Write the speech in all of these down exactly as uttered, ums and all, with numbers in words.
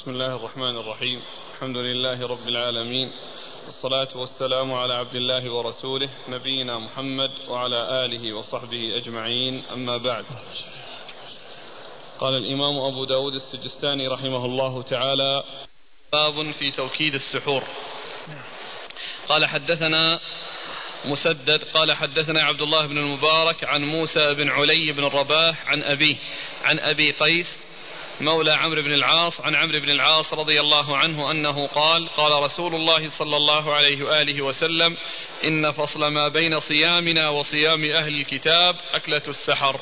بسم الله الرحمن الرحيم. الحمد لله رب العالمين، والصلاة والسلام على عبد الله ورسوله نبينا محمد وعلى آله وصحبه أجمعين، أما بعد. قال الإمام أبو داود السجستاني رحمه الله تعالى: باب في توكيد السحور. قال حدثنا مسدد قال حدثنا عبد الله بن المبارك عن موسى بن علي بن الرباح عن أبيه عن أبي قيس مولى عمرو بن العاص عن عمرو بن العاص رضي الله عنه أنه قال: قال رسول الله صلى الله عليه وآله وسلم: إن فصل ما بين صيامنا وصيام أهل الكتاب أكلة السحر.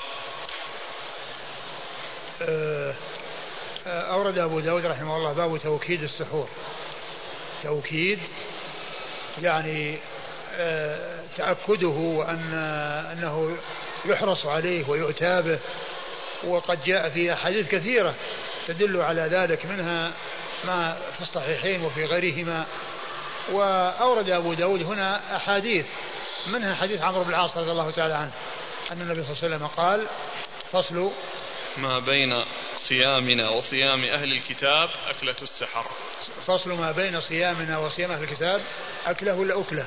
أورد أبو داود رحمه الله باب توكيد السحور. توكيد يعني تأكده وأن أنه يحرص عليه ويؤتى به، وقد جاء في أحاديث كثيرة تدل على ذلك، منها ما في الصحيحين وفي غيرهما. وأورد أبو داود هنا أحاديث، منها حديث عمرو بن العاص رضي الله تعالى عنه أن النبي صلى الله عليه وسلم قال: فصل ما بين صيامنا وصيام أهل الكتاب أكلة السحر. فصل ما بين صيامنا وصيام أهل الكتاب أكله ولا أكله؟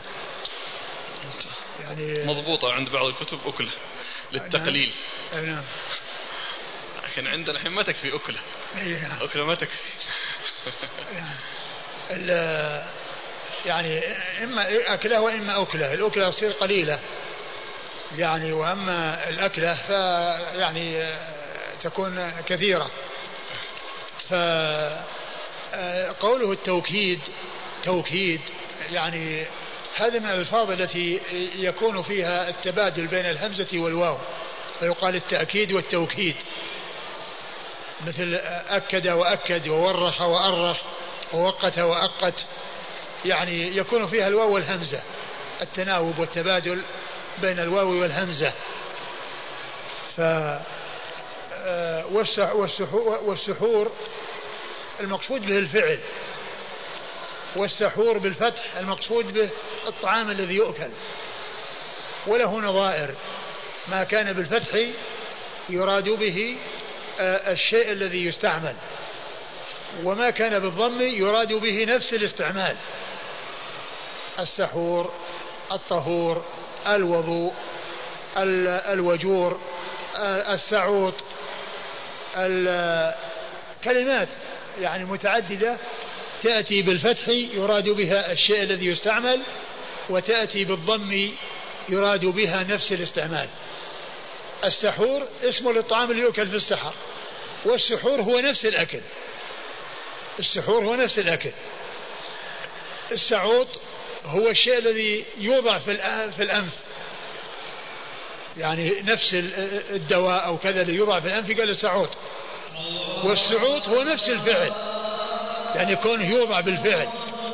يعني مضبوطة عند بعض الكتب أكله للتقليل. نعم. لكن عندنا الحين ما تكفي أكله. أكله ما تكفي. يعني إما أكله وإما أكله. الأكله تصير قليلة يعني، وأما الأكلة فيعني تكون كثيرة. فقوله التوكيد توكيد يعني هذا من الألفاظ التي يكون فيها التبادل بين الهمزة والواو، فيقال التأكيد والتوكيد، مثل أكد وأكد وورخ وأرخ ووقت وأقت، يعني يكون فيها الواو والهمزة، التناوب والتبادل بين الواو والهمزة. ف والسحور المقصود به الفعل، والسحور بالفتح المقصود به الطعام الذي يؤكل، وله نظائر. ما كان بالفتح يراد به الشيء الذي يستعمل، وما كان بالضم يراد به نفس الاستعمال: السحور، الطهور، الوضوء، الوجور، السعوط، الكلمات يعني متعددة تأتي بالفتح يراد بها الشيء الذي يستعمل، وتأتي بالضم يراد بها نفس الاستعمال. السحور اسم للطعام اللي يؤكل في السحر، والسحور هو نفس الأكل. السحور هو نفس الأكل. السعوط هو الشيء الذي يوضع في الأنف، يعني نفس الدواء أو كذا اللي يوضع في الأنف قال السعوط. والسعوط هو نفس الفعل، يعني يكون يوضع بالفعل.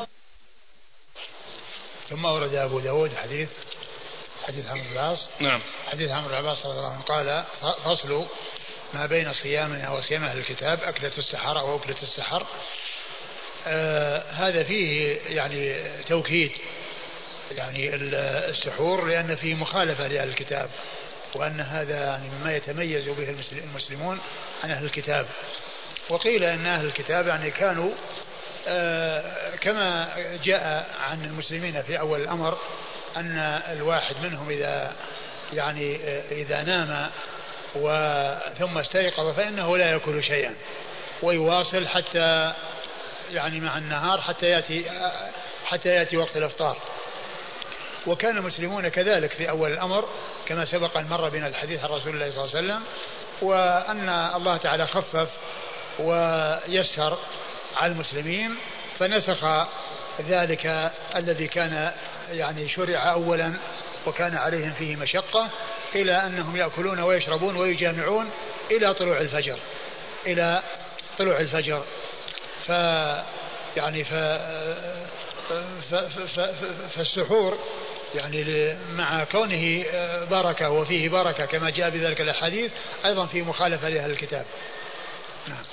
ثم أورد أبو داود حديث حديث عمرو بن العاص. نعم. حديث عمرو بن العاص رضي الله عنه قال: فصل ما بين صيامنا وصيام أهل الكتاب أكلة السحر أو أكلة السحر. آه هذا فيه يعني توكيد يعني السحور، لأن فيه مخالفة لأهل الكتاب، وأن هذا يعني مما يتميز به المسلمون عن أهل الكتاب. وقيل أن أهل الكتاب يعني كانوا آه كما جاء عن المسلمين في أول الأمر أن الواحد منهم إذا يعني إذا نام ثم استيقظ فإنه لا يأكل شيئا ويواصل حتى يعني مع النهار حتى يأتي حتى يأتي وقت الإفطار. وكان المسلمون كذلك في أول الأمر كما سبق أن مر بنا الحديث عن رسول الله صلى الله عليه وسلم، وأن الله تعالى خفف ويسر على المسلمين فنسخ ذلك الذي كان يعني شرع أولا وكان عليهم فيه مشقة، إلى أنهم يأكلون ويشربون ويجامعون إلى طلوع الفجر إلى طلوع الفجر. ف يعني ف فالسحور يعني مع كونه بركة وفيه بركة كما جاء بذلك الحديث أيضا في مخالفة لأهل الكتاب. نعم.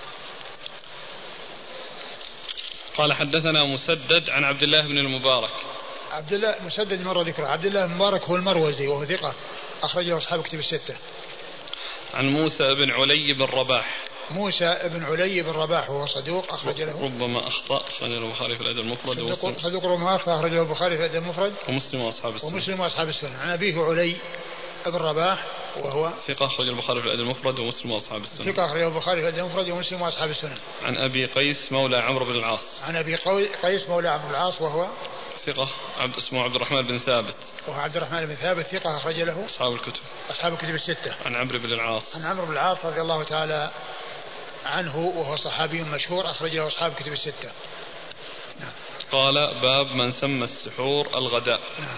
قال حدثنا مسدد عن عبد الله بن المبارك. عبد الله مسدد مر ذكره. عبد الله بن المبارك هو المروزي وهو ثقة أخرجه أصحاب كتب الستة. عن موسى بن علي بن رباح. موسى بن علي بن رباح وهو صدوق أخرج له. ربما أخطأ أخرج له البخاري في الأدب المفرد صدوق, صدوق ربما أخطأ أخرج له البخاري في الأدب المفرد ومسلم وأصحاب السنن. ومسلم وأصحاب السنن. عن أبيه علي بن رباح وهو ثقة أخرج البخاري في الأدب المفرد ومسلم وأصحاب السنن. ثقة أخرج البخاري في الأدب المفرد ومسلم وأصحاب السنن. عن أبي قيس مولى عمرو بن العاص. عن أبي قيس مولى عمرو بن العاص وهو ثقة عبد اسمه عبد الرحمن بن ثابت. وهو عبد الرحمن بن ثابت ثقة أخرج له أصحاب الكتب. أصحاب الكتب الستة. عن عمرو بن العاص. عن عمرو بن العاص رضي الله تعالى عنه وهو صحابي مشهور أخرج له أصحاب الكتب الستة. نعم. قال باب من سمى السحور الغداء. نعم.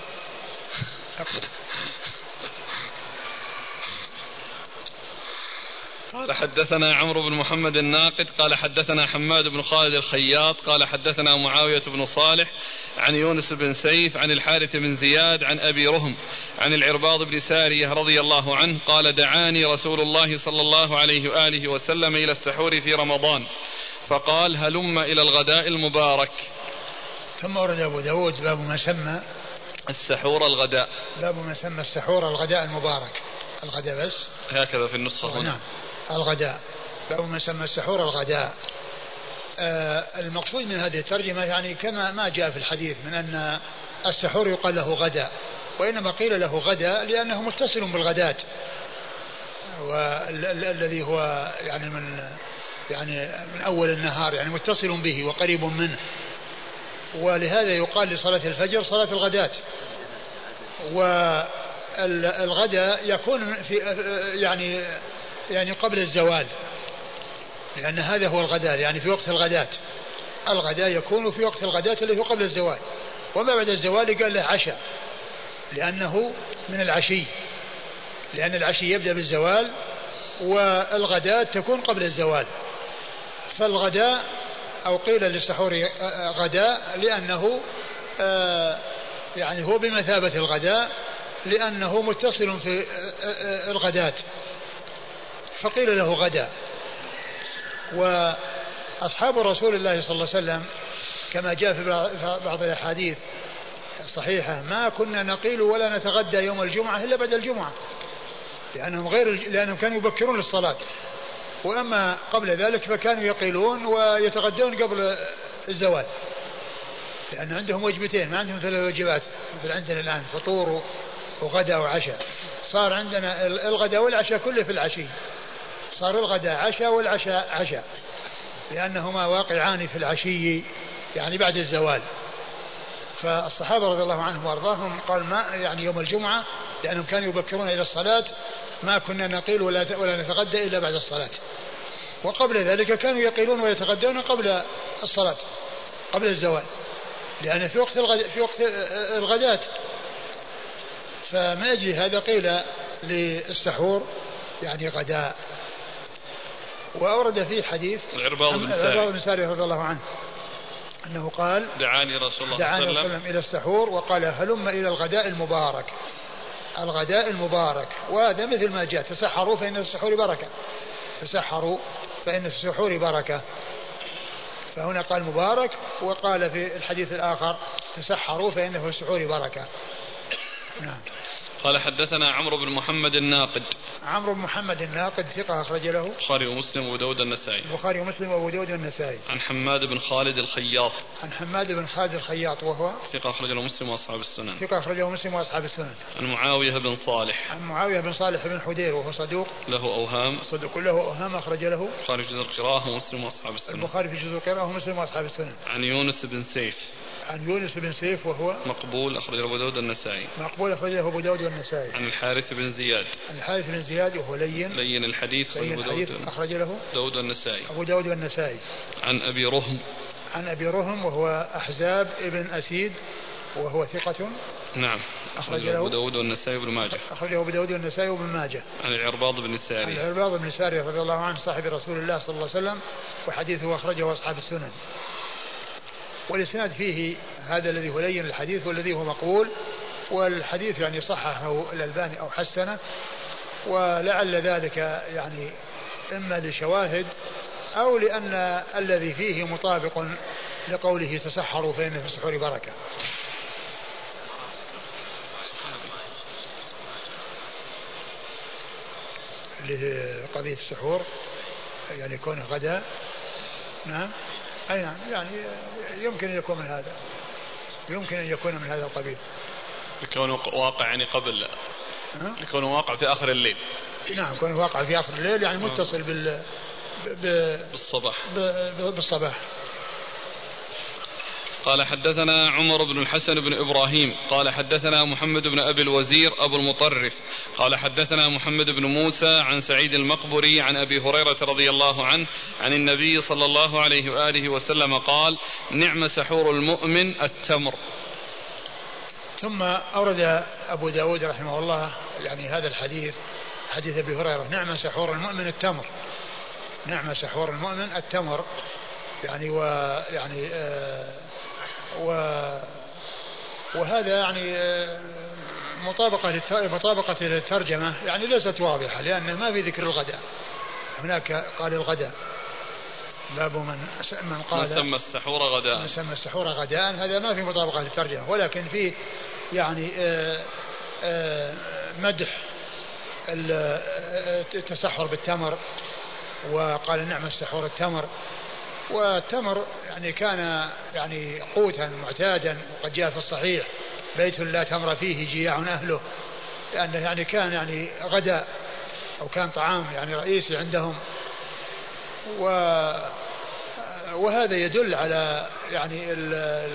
قال حدثنا عمرو بن محمد الناقد قال حدثنا حماد بن خالد الخياط قال حدثنا معاوية بن صالح عن يونس بن سيف عن الحارث بن زياد عن أبي رهم عن العرباض بن سارية رضي الله عنه قال دعاني رسول الله صلى الله عليه وآله وسلم إلى السحور في رمضان فقال هلم إلى الغداء المبارك. ثم ورد أبو داود باب ما سمى السحور الغداء. باب ما سمى السحور الغداء المبارك. الغداء بس هكذا في النسخة هنا. نعم. الغداء باب ما سمى السحور الغداء. آه المقصود من هذه الترجمة يعني كما ما جاء في الحديث من أن السحور يقال له غداء وإنما قيل له غداء لأنه متصل بالغداة والذي هو يعني من يعني من أول النهار يعني متصل به وقريب منه ولهذا يقال لصلاة الفجر صلاة الغداة. والغداء يكون في يعني يعني قبل الزوال لأن هذا هو الغداء يعني في وقت الغداة. الغداء يكون في وقت الغداة الذي هو قبل الزوال وما بعد الزوال قال له عشاء لأنه من العشي لأن العشي يبدأ بالزوال والغداء تكون قبل الزوال. فالغداء أو قيل للسحور غداء لأنه يعني هو بمثابة الغداء لأنه متصل في الغداة فقيل له غداء. وأصحاب رسول الله صلى الله عليه وسلم كما جاء في بعض الأحاديث الصحيحة ما كنا نقيل ولا نتغدى يوم الجمعة إلا بعد الجمعة لأنهم, غير لأنهم كانوا يبكرون للصلاة وأما قبل ذلك فكانوا يقيلون ويتغدون قبل الزوال لأن عندهم وجبتين ما عندهم ثلاث وجبات مثل عندنا الآن فطور وغداء وعشاء. صار عندنا الغداء والعشاء كله في العشي صار الغداء عشاء والعشاء عشاء لأنهما واقعان في العشي يعني بعد الزوال. فالصحابة رضي الله عنهم وارضاهم قال ما يعني يوم الجمعة لأنهم كانوا يبكرون إلى الصلاة ما كنا نقيل ولا ولا نتغدى إلا بعد الصلاة وقبل ذلك كانوا يقيلون ويتغدون قبل الصلاة قبل الزوال لأن في وقت الغد... في وقت الغداة. فما أجل هذا قيل للسحور يعني غداء. وأورد فيه حديث العرباض بن سارية رضي الله عنه أنه قال دعاني رسول الله دعاني صلى الله عليه وسلم إلى السحور وقال هلم إلى الغداء المبارك. الغداء المبارك وهذا مثل ما جاء تسحروا فإن السحور بركة تسحروا فإن السحور بركة. فهنا قال مبارك وقال في الحديث الآخر تسحروا فإن في السحور بركة. نعم. قال حدثنا عمرو بن محمد الناقد. عمرو بن محمد الناقد ثقة أخرج له البخاري ومسلم وأبو داود النسائي. البخاري ومسلم وأبو داود النسائي. عن حماد بن خالد الخياط. عن حماد بن خالد الخياط وهو ثقة أخرج له مسلم وأصحاب السنن. ثقة أخرج له مسلم وأصحاب السنن. عن معاوية بن صالح. عن معاوية بن صالح بن حدير وهو صدوق له أوهام. صدوق له أوهام أخرج له البخاري في جزء القراءة ومسلم وأصحاب السنن. البخاري في جزء القراءة ومسلم وأصحاب السنن. عن يونس بن سيف. عن يونس بن سيف وهو مقبول أخرجه أبو داود النسائي. مقبول أخرجه أبو داود النسائي. عن الحارث بن زياد. عن الحارث بن زياد وهو لين لين الحديث لين الحديث أخرج له داود النسائي. أبو داود النسائي. عن أبي رهم. عن أبي رهم وهو أحزاب ابن أسيد وهو ثقة. نعم أخرجه أبو داود والنسائي وابن ماجه. أخرجه أبو داود والنسائي وابن ماجه. عن العرباض بن سارية. عن العرباض بن سارية رضي الله عنه صاحب رسول الله صلى الله عليه وسلم وحديثه أخرجه أصحاب السنن. والإسناد فيه هذا الذي هو لين الحديث والذي هو مقبول والحديث يعني صححه الألباني أو حسنه ولعل ذلك يعني إما لشواهد أو لأن الذي فيه مطابق لقوله تسحروا فإن في السحور بركة. لقضية السحور يعني يكون غداء. نعم أي نعم يعني يمكن أن يكون من هذا يمكن أن يكون من هذا القبيل. يكون واقع يعني قبل يكون واقع في آخر الليل. نعم يكون واقع في آخر الليل يعني متصل بال ب... بالصباح ب... بالصباح. قال حدثنا عمر بن الحسن بن إبراهيم قال حدثنا محمد بن أبي الوزير أبو المطرف قال حدثنا محمد بن موسى عن سعيد المقبري عن أبي هريرة رضي الله عنه عن النبي صلى الله عليه وآله وسلم قال نعم سحور المؤمن التمر. ثم أورد أبو داود رحمه الله يعني هذا الحديث حديث أبي هريرة نعم سحور المؤمن التمر. نعم سحور المؤمن التمر يعني ويعني آه و وهذا يعني مطابقة مطابقة للترجمة يعني ليست واضحة لأن ما في ذكر الغداء. هناك قال الغداء باب من من قال من سمى السحور غداء من سمى السحور غداء هذا ما في مطابقة للترجمة ولكن في يعني آآ آآ مدح التسحر بالتمر وقال نعم السحور التمر. والتمر يعني كان يعني قوتا معتادا وقد جاء في الصحيح بيت لا تمر فيه جياع أهله لأنه يعني كان يعني غداء أو كان طعام يعني رئيسي عندهم. وهذا يدل على يعني ال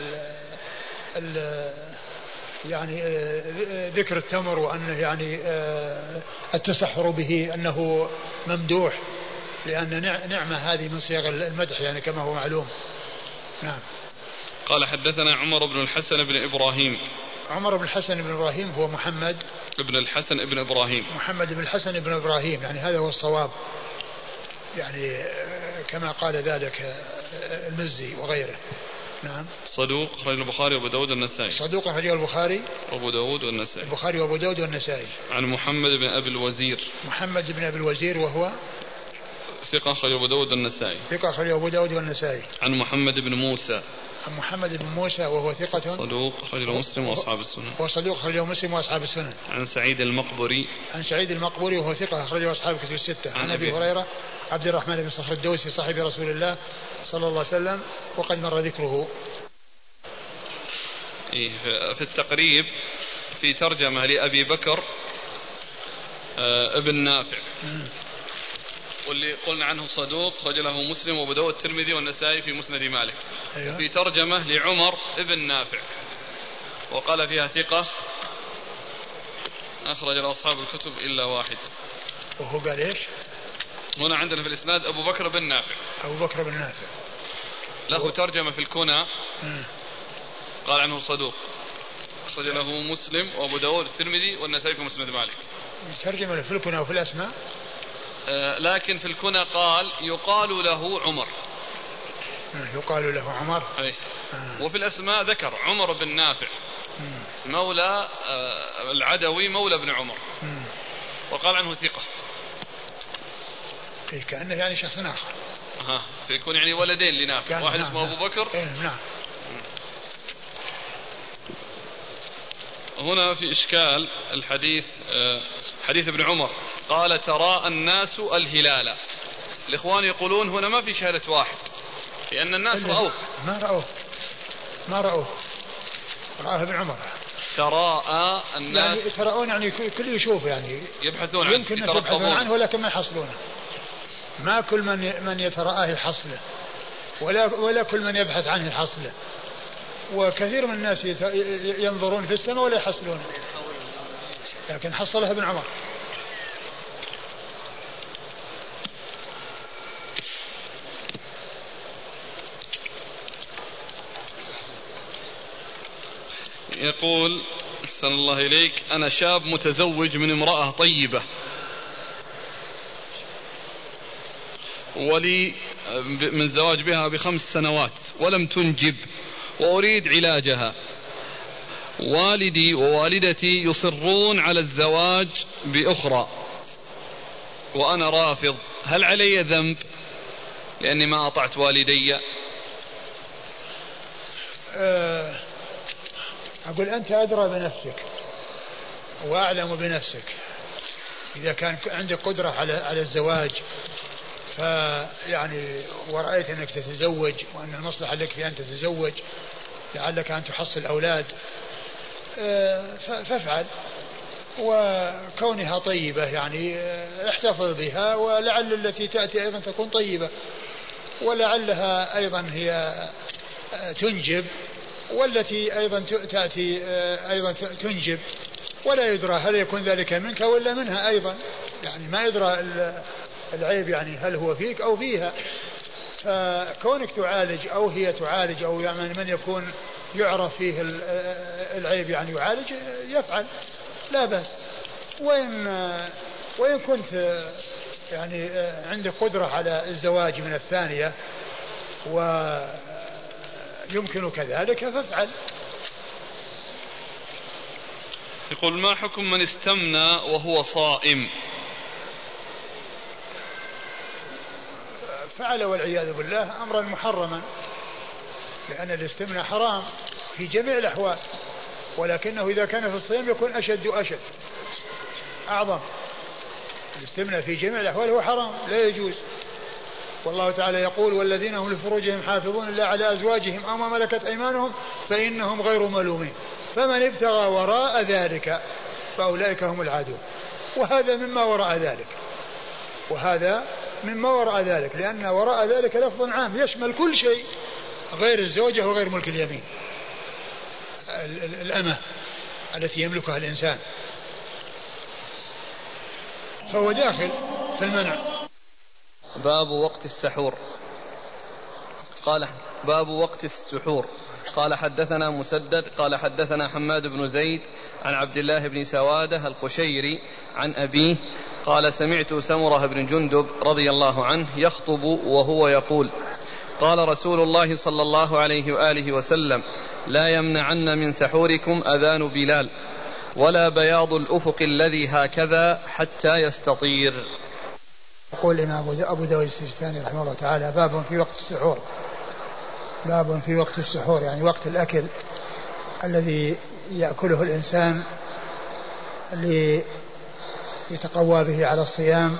ال يعني ذكر التمر وأنه يعني التسحر به أنه ممدوح لأن نعمة هذه من صيغ المدح يعني كما هو معلوم. نعم. قال حدثنا عمر بن الحسن بن إبراهيم. عمر بن الحسن بن إبراهيم هو محمد ابن الحسن بن إبراهيم محمد بن الحسن بن إبراهيم يعني هذا هو الصواب يعني كما قال ذلك المزي وغيره. نعم. صدوق أخرج البخاري وأبو داود والنسائي. صدوق أخرج البخاري وأبو داود والنسائي. البخاري وأبو داود والنسائي. عن محمد بن أبي الوزير. محمد بن أبي الوزير وهو ثقة أخرج أبو داود والنسائي. ثقة أخرج أبو داود والنسائي. عن محمد بن موسى. عن محمد بن موسى وهو ثقة صدوق أخرج مسلم وأصحاب السنن. هو صدوق أخرج مسلم وأصحاب السنن. عن سعيد المقبري. عن سعيد المقبري وهو ثقة أخرجه أصحاب الكتب الستة. عن أبي هريرة عبد الرحمن بن صخر الدوسي صاحب رسول الله صلى الله عليه وسلم وقد مر ذكره. في التقريب في ترجمة لأبي بكر ابن نافع واللي قلنا عنه صدوق خرج له مسلم وأبو داود الترمذي والنسائي في مسند مالك. أيوة. في ترجمة لعمر ابن نافع وقال فيها ثقة أخرج له أصحاب الكتب إلا واحد. وهو قال إيش؟ هنا عندنا في الإسناد أبو بكر بن نافع. أبو بكر بن نافع له ترجمة في الكنى قال عنه صدوق أخرج له مسلم وأبو داود الترمذي والنسائي في مسند مالك. ترجمة في الكنى وفي الأسماء آه لكن في الكنى قال يقال له عمر. يقال له عمر. أي. آه. وفي الأسماء ذكر عمر بن نافع م. مولى آه العدوي مولى بن عمر م. وقال عنه ثقة. إيه كأنه يعني شخص آخر. ها فيكون يعني ولدين لنافع واحد نعم اسمه نعم. أبو بكر. إيه نعم. هنا في إشكال الحديث حديث ابن عمر قال تراءى الناس الهلال. الإخوان يقولون هنا ما في شهادة واحد لأن الناس رأوه. ما رأوه ما رأوه رآه ابن عمر. تراءى الناس يعني تراءون يعني كل يشوف يعني يبحثون عنه يمكن يبحثون عنه ولكن ما يحصلونه. ما كل من من يترآه يحصله ولا ولا كل من يبحث عنه يحصله. وكثير من الناس ينظرون في السماء ولا يحصلونه لكن حصلها ابن عمر. يقول أحسن الله إليك أنا شاب متزوج من امرأة طيبة ولي من زواج بها بخمس سنوات ولم تنجب وأريد علاجها. والدي ووالدتي يصرون على الزواج بأخرى وأنا رافض. هل علي ذنب لأني ما أطعت والدي؟ أقول أنت أدرى بنفسك وأعلم بنفسك. إذا كان عندك قدرة على على الزواج فيعني ورأيت أنك تتزوج وأن المصلحة لك في أن تتزوج لعلك أن تحصل أولاد فافعل، وكونها طيبة يعني احتفظ بها، ولعل التي تأتي أيضا تكون طيبة، ولعلها أيضا هي تنجب، والتي أيضا تأتي أيضا تنجب، ولا يدرى هل يكون ذلك منك ولا منها أيضا، يعني ما يدرى العيب يعني هل هو فيك أو فيها. فكونك تعالج أو هي تعالج أو يعني من يكون يعرف فيه العيب يعني يعالج يفعل لا بأس. وإن وإن كنت يعني عندك قدرة على الزواج من الثانية ويمكنك ذلك فافعل. يقول: ما حكم من استمنى وهو صائم؟ فعل والعياذ بالله أمرا محرما، لأن الاستمناء حرام في جميع الأحوال، ولكنه إذا كان في الصيام يكون أشد وأشد أعظم. الاستمناء في جميع الأحوال هو حرام لا يجوز. والله تعالى يقول: والذين هم لفروجهم حافظون إلا على أزواجهم أو ما ملكت أيمانهم فإنهم غير ملومين، فمن ابتغى وراء ذلك فأولئك هم العادون. وهذا مما وراء ذلك، وهذا مما وراء ذلك، لأن وراء ذلك لفظ عام يشمل كل شيء غير الزوجة وغير ملك اليمين، الأمة التي يملكها الإنسان، فهو داخل في المنع. باب وقت السحور. قال: باب وقت السحور. قال: حدثنا مسدد قال حدثنا حماد بن زيد عن عبد الله بن سوادة القشيري عن أبيه قال: سمعت سمرة بن جندب رضي الله عنه يخطب وهو يقول: قال رسول الله صلى الله عليه وآله وسلم: لا يمنعن من سحوركم أذان بلال ولا بياض الأفق الذي هكذا حتى يستطير. يقول الإمام أبو داود السجستاني رحمه الله تعالى: باب في وقت السحور. باب في وقت السحور يعني وقت الأكل الذي يأكله الإنسان ليتقوى به على الصيام،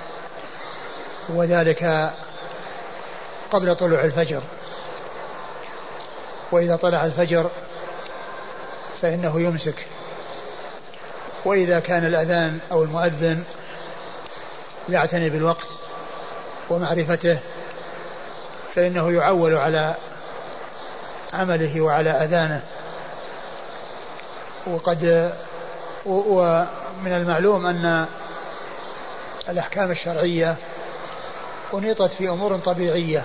وذلك قبل طلوع الفجر. وإذا طلع الفجر فإنه يمسك، وإذا كان الأذان أو المؤذن يعتني بالوقت ومعرفته فإنه يعول على عمله وعلى أذانه. وقد ومن المعلوم أن الأحكام الشرعية أنيطت في أمور طبيعية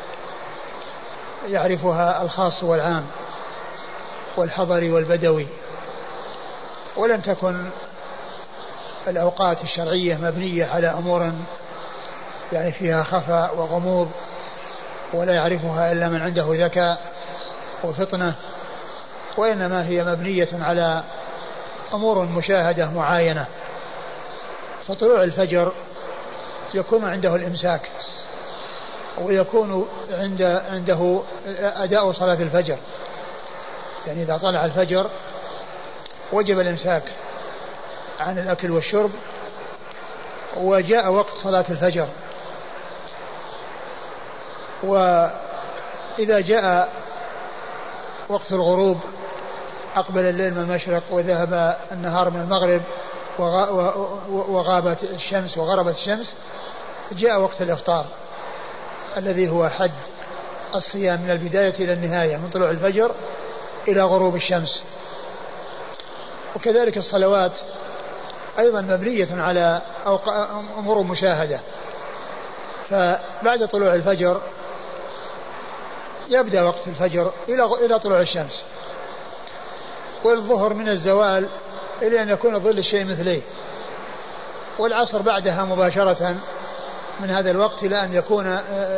يعرفها الخاص والعام والحضري والبدوي، ولم تكن الأوقات الشرعية مبنية على أمور يعني فيها خفاء وغموض ولا يعرفها إلا من عنده ذكاء وفطنة، وإنما هي مبنية على أمور مشاهدة معاينة. فطلوع الفجر يكون عنده الإمساك، ويكون عند عنده أداء صلاة الفجر، يعني إذا طلع الفجر وجب الإمساك عن الأكل والشرب، وجاء وقت صلاة الفجر. وإذا جاء وقت الغروب أقبل الليل من المشرق وذهب النهار من المغرب وغابت الشمس وغربت الشمس، جاء وقت الإفطار الذي هو حد الصيام من البداية إلى النهاية من طلوع الفجر إلى غروب الشمس. وكذلك الصلوات أيضا مبنية على أمور مشاهدة، فبعد طلوع الفجر يبدأ وقت الفجر إلى طلوع الشمس، والظهر من الزوال إلى أن يكون ظل الشيء مثليه، والعصر بعدها مباشرة من هذا الوقت إلى أن يكون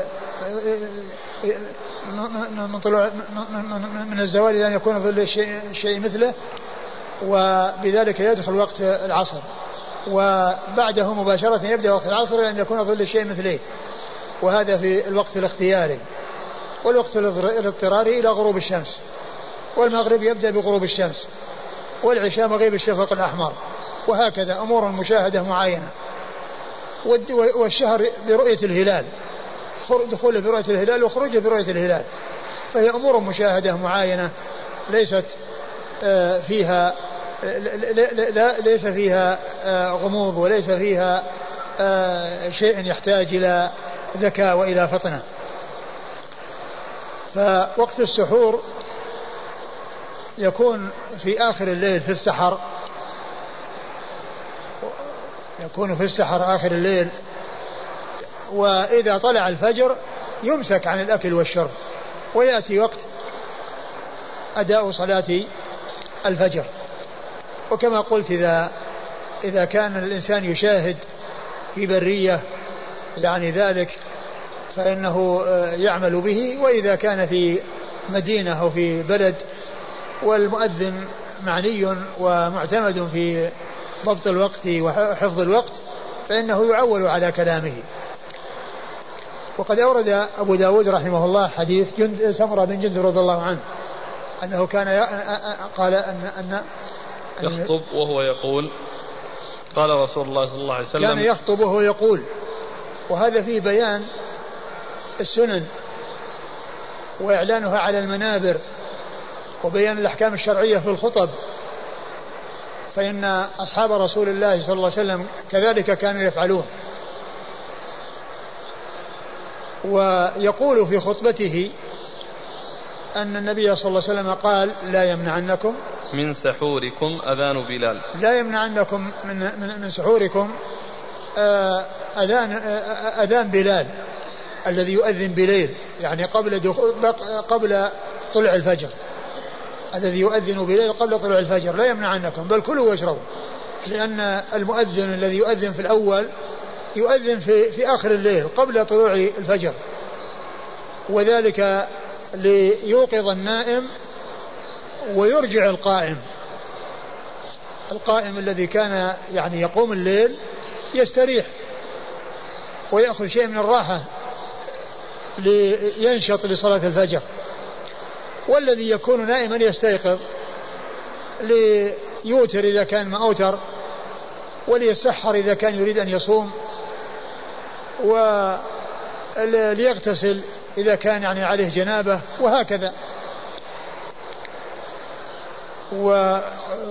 من طلوع من الزوال إلى أن يكون ظل الشيء مثله، وبذلك يدخل وقت العصر، وبعده مباشرة يبدأ وقت العصر إلى أن يكون ظل الشيء مثليه، وهذا في الوقت الاختياري. والوقت الاضطراري إلى غروب الشمس، والمغرب يبدأ بغروب الشمس، والعشاء مغيب الشفق الأحمر، وهكذا أمور مشاهدة معينة. والشهر برؤية الهلال، دخوله برؤية الهلال وخروجه برؤية الهلال، فهي أمور مشاهدة معاينة ليست فيها لا ليس فيها غموض وليس فيها شيء يحتاج إلى ذكاء وإلى فطنة. فوقت السحور يكون في آخر الليل في السحر، يكون في السحر آخر الليل، وإذا طلع الفجر يمسك عن الأكل والشرب، ويأتي وقت أداء صلاة الفجر. وكما قلت إذا إذا كان الإنسان يشاهد في برية يعني ذلك فإنه يعمل به، وإذا كان في مدينة أو في بلد والمؤذن معني ومعتمد في ضبط الوقت وحفظ الوقت فإنه يعول على كلامه. وقد أورد أبو داود رحمه الله حديث جند سمرة بن جندب رضي الله عنه أنه كان قال أن, أن يخطب وهو يقول، قال رسول الله صلى الله عليه وسلم كان يخطب وهو يقول، وهذا فيه بيان السنن وإعلانها على المنابر وبيان الأحكام الشرعية في الخطب، فإن أصحاب رسول الله صلى الله عليه وسلم كذلك كانوا يفعلون. ويقول في خطبته أن النبي صلى الله عليه وسلم قال لا يمنعنكم من سحوركم أذان بلال، لا يمنعنكم من, من, من سحوركم أذان, أذان بلال الذي يؤذن بليل، يعني قبل دخول قبل طلوع الفجر، الذي يؤذن بليل قبل طلوع الفجر لا يمنعنكم بل كلوا واشربوا، لأن المؤذن الذي يؤذن في الأول يؤذن في, في آخر الليل قبل طلوع الفجر، وذلك ليوقظ النائم ويرجع القائم. القائم الذي كان يعني يقوم الليل يستريح ويأخذ شيء من الراحة لينشط لصلاة الفجر، والذي يكون نائما يستيقظ ليوتر إذا كان ما أوتر، وليسحر إذا كان يريد أن يصوم، وليغتسل إذا كان يعني عليه جنابة، وهكذا. ولا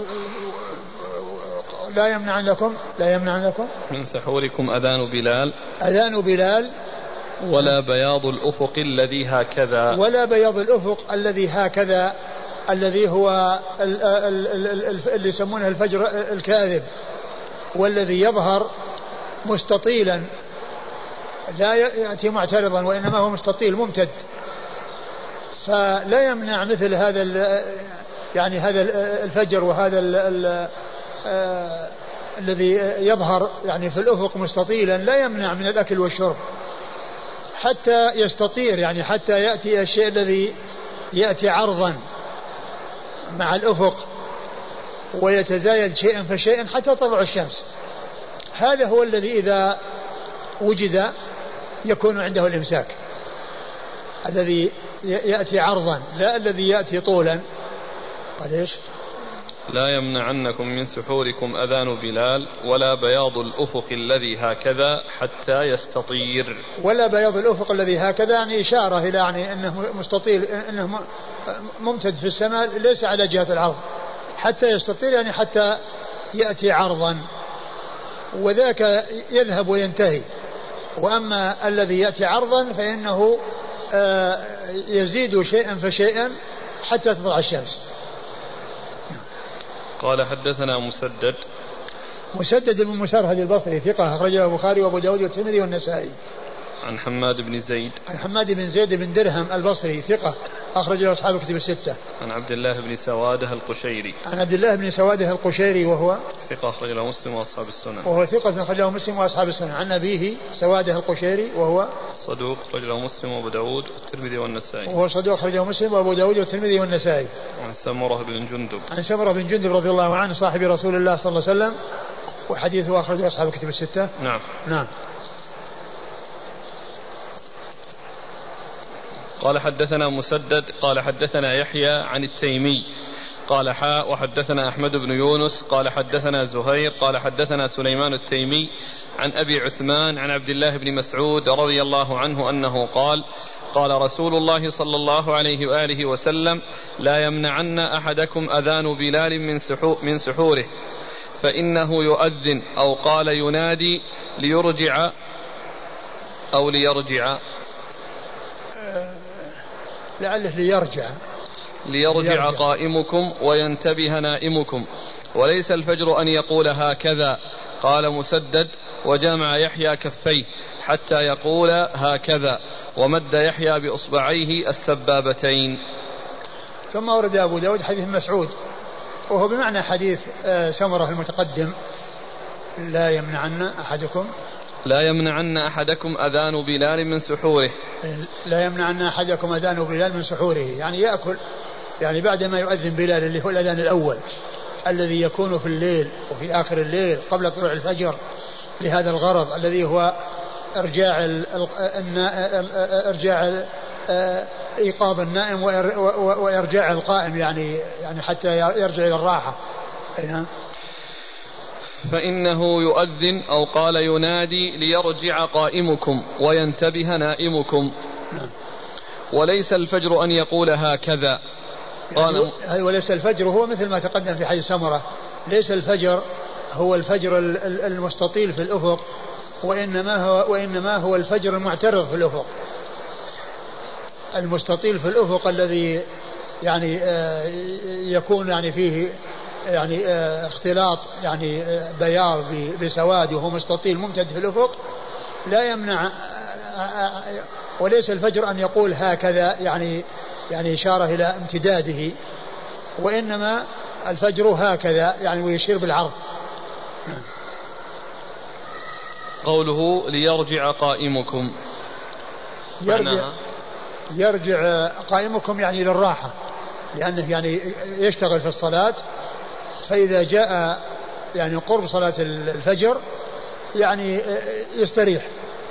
يمنع لكم لا يمنع لكم من سحوركم أذان بلال أذان بلال ولا بياض الأفق الذي هكذا ولا بياض الأفق الذي هكذا الذي هو اللي يسمونه الفجر الكاذب، والذي يظهر مستطيلا لا يأتي معترضا وإنما هو مستطيل ممتد، فلا يمنع مثل هذا يعني هذا الفجر وهذا ال ال آه الذي يظهر يعني في الأفق مستطيلا لا يمنع من الأكل والشرب حتى يستطير، يعني حتى يأتي الشيء الذي يأتي عرضا مع الأفق ويتزايد شيئا فشيئا حتى تطلع الشمس. هذا هو الذي إذا وجد يكون عنده الإمساك، الذي يأتي عرضا لا الذي يأتي طولا. قال إيش؟ لا يمنعنكم من سحوركم أذان بلال ولا بياض الأفق الذي هكذا حتى يستطير. ولا بياض الأفق الذي هكذا يعني إشارة إلى يعني أنه مستطيل، أنه ممتد في السماء ليس على جهة العرض، حتى يستطير يعني حتى يأتي عرضا، وذاك يذهب وينتهي. وأما الذي يأتي عرضا فإنه يزيد شيئا فشيئا حتى تطلع الشمس. قال حدثنا مسدد مسدد بن مسرهد البصري ثقة أخرجه البخاري وأبو داود والترمذي والنسائي. عن حماد بن زيد عن حماد بن زيد بن درهم البصري ثقة أخرجه أصحاب الكتب الستة. عن عبد الله بن سواده القشيري عن عبد الله بن سواده القشيري وهو ثقة أخرجه مسلم وأصحاب السنن وهو ثقة أخرجه مسلم وأصحاب السنن. عن أبيه سواده القشيري وهو صدوق أخرجه مسلم وأبو داود والترمذي والنسائي وهو صدوق أخرجه مسلم وأبو داود والترمذي والنسائي. عن سمرة بن جندب عن سمرة بن جندب رضي الله عنه صاحب رسول الله صلى الله عليه وسلم وحديثه أخرجه أصحاب الكتب الستة. نعم نعم. قال حدثنا مسدد قال حدثنا يحيى عن التيمي قال حاء وحدثنا أحمد بن يونس قال حدثنا زهير قال حدثنا سليمان التيمي عن أبي عثمان عن عبد الله بن مسعود رضي الله عنه أنه قال قال رسول الله صلى الله عليه وآله وسلم لا يمنعن أحدكم أذان بلال من, سحو من سحوره فإنه يؤذن أو قال ينادي ليرجع أو ليرجع لعله ليرجع ليرجع, ليرجع قائمكم وينتبه نائمكم وليس الفجر أن يقول هكذا. قال مسدد وجمع يحيى كفيه حتى يقول هكذا ومد يحيى بإصبعيه السبابتين. ثم ورد أبو داود حديث مسعود وهو بمعنى حديث سمرة المتقدم لا يمنعن أحدكم لا يمنعن أحدكم أذان بلال من سحوره لا يمنعن أحدكم أذان بلال من سحوره يعني يأكل يعني بعدما يؤذن بلال اللي هو الأذان الأول الذي يكون في الليل وفي آخر الليل قبل طلوع الفجر لهذا الغرض الذي هو إرجاع إرجاع إيقاظ النائم وإرجاع القائم يعني يعني حتى يرجع إلى الراحة. فإنه يؤذن أو قال ينادي ليرجع قائمكم وينتبه نائمكم وليس الفجر أن يقول هكذا. قال يعني وليس الفجر هو مثل ما تقدم في حديث سمرة ليس الفجر هو الفجر المستطيل في الأفق وإنما هو, وإنما هو الفجر المعترض في الأفق المستطيل في الأفق الذي يعني يكون يعني فيه يعني اختلاط يعني بياض بسواد وهو مستطيل ممتد في الأفق لا يمنع. وليس الفجر أن يقول هكذا يعني يعني إشارة إلى امتداده وإنما الفجر هكذا يعني ويشير بالعرض. قوله ليرجع قائمكم يرجع, يرجع قائمكم يعني للراحة لأنه يعني يشتغل في الصلاة فإذا جاء يعني قرب صلاة الفجر يعني يستريح.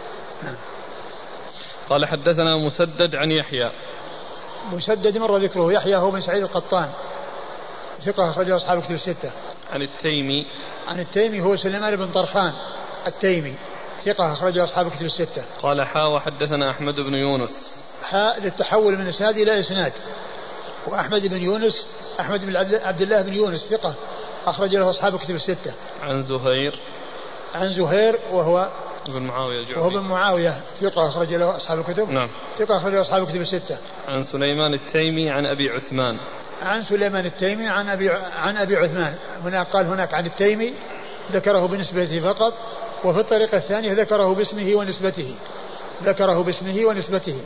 قال حدثنا مسدد عن يحيى مسدد مر ذكره يحيى هو بن سعيد القطان ثقة أخرجه أصحاب كتب الستة. عن التيمي عن التيمي هو سليمان بن طرخان التيمي ثقة أخرجه أصحاب كتب الستة. قال حا وحدثنا أحمد بن يونس حاء للتحول من إسناد إلى إسناد وأحمد بن يونس أحمد بن عبد الله بن يونس ثقة أخرج له أصحاب كتب الستة. عن زهير عن زهير وهو بن معاوية الجعفي وهو بن معاوية ثقة أخرج له أصحاب الكتب. نعم ثقة أخرج له أصحاب كتب الستة. عن سليمان التيمي عن أبي عثمان عن سليمان التيمي عن أبي عن أبي عثمان هناك قال هناك عن التيمي ذكره بنسبته فقط وفي الطريقة الثانية ذكره باسمه ونسبته ذكره باسمه ونسبته.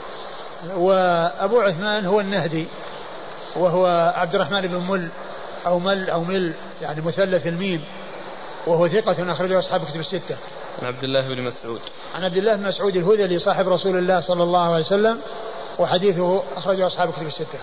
وأبو عثمان هو النهدي وهو عبد الرحمن بن مل أو مل أو مل يعني مثلث الميم وهو ثقة أخرجه أصحاب كتب الستة. عن عبد الله بن مسعود عن عبد الله بن مسعود الهذلي صاحب رسول الله صلى الله عليه وسلم وحديثه أخرجه أصحاب كتب الستة.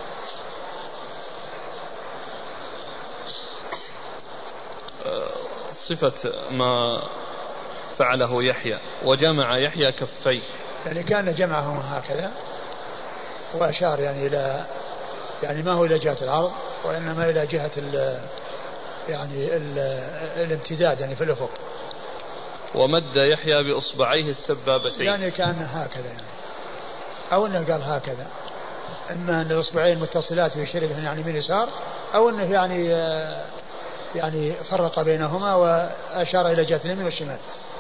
صفة ما فعله يحيى وجمع يحيى كفيه يعني كان جمعه هكذا وأشار يعني إلى يعني ما هو إلى جهة العرض وإنما إلى جهة ال يعني ال الامتداد يعني في الأفق. ومد يحيى بإصبعيه السبابتين يعني كان هكذا يعني أو أنه قال هكذا إما أن الإصبعين متصلات ويشير إليهن يعني من يسار أو أنه يعني يعني فرق بينهما وأشار إلى جهة اليمين والشمال.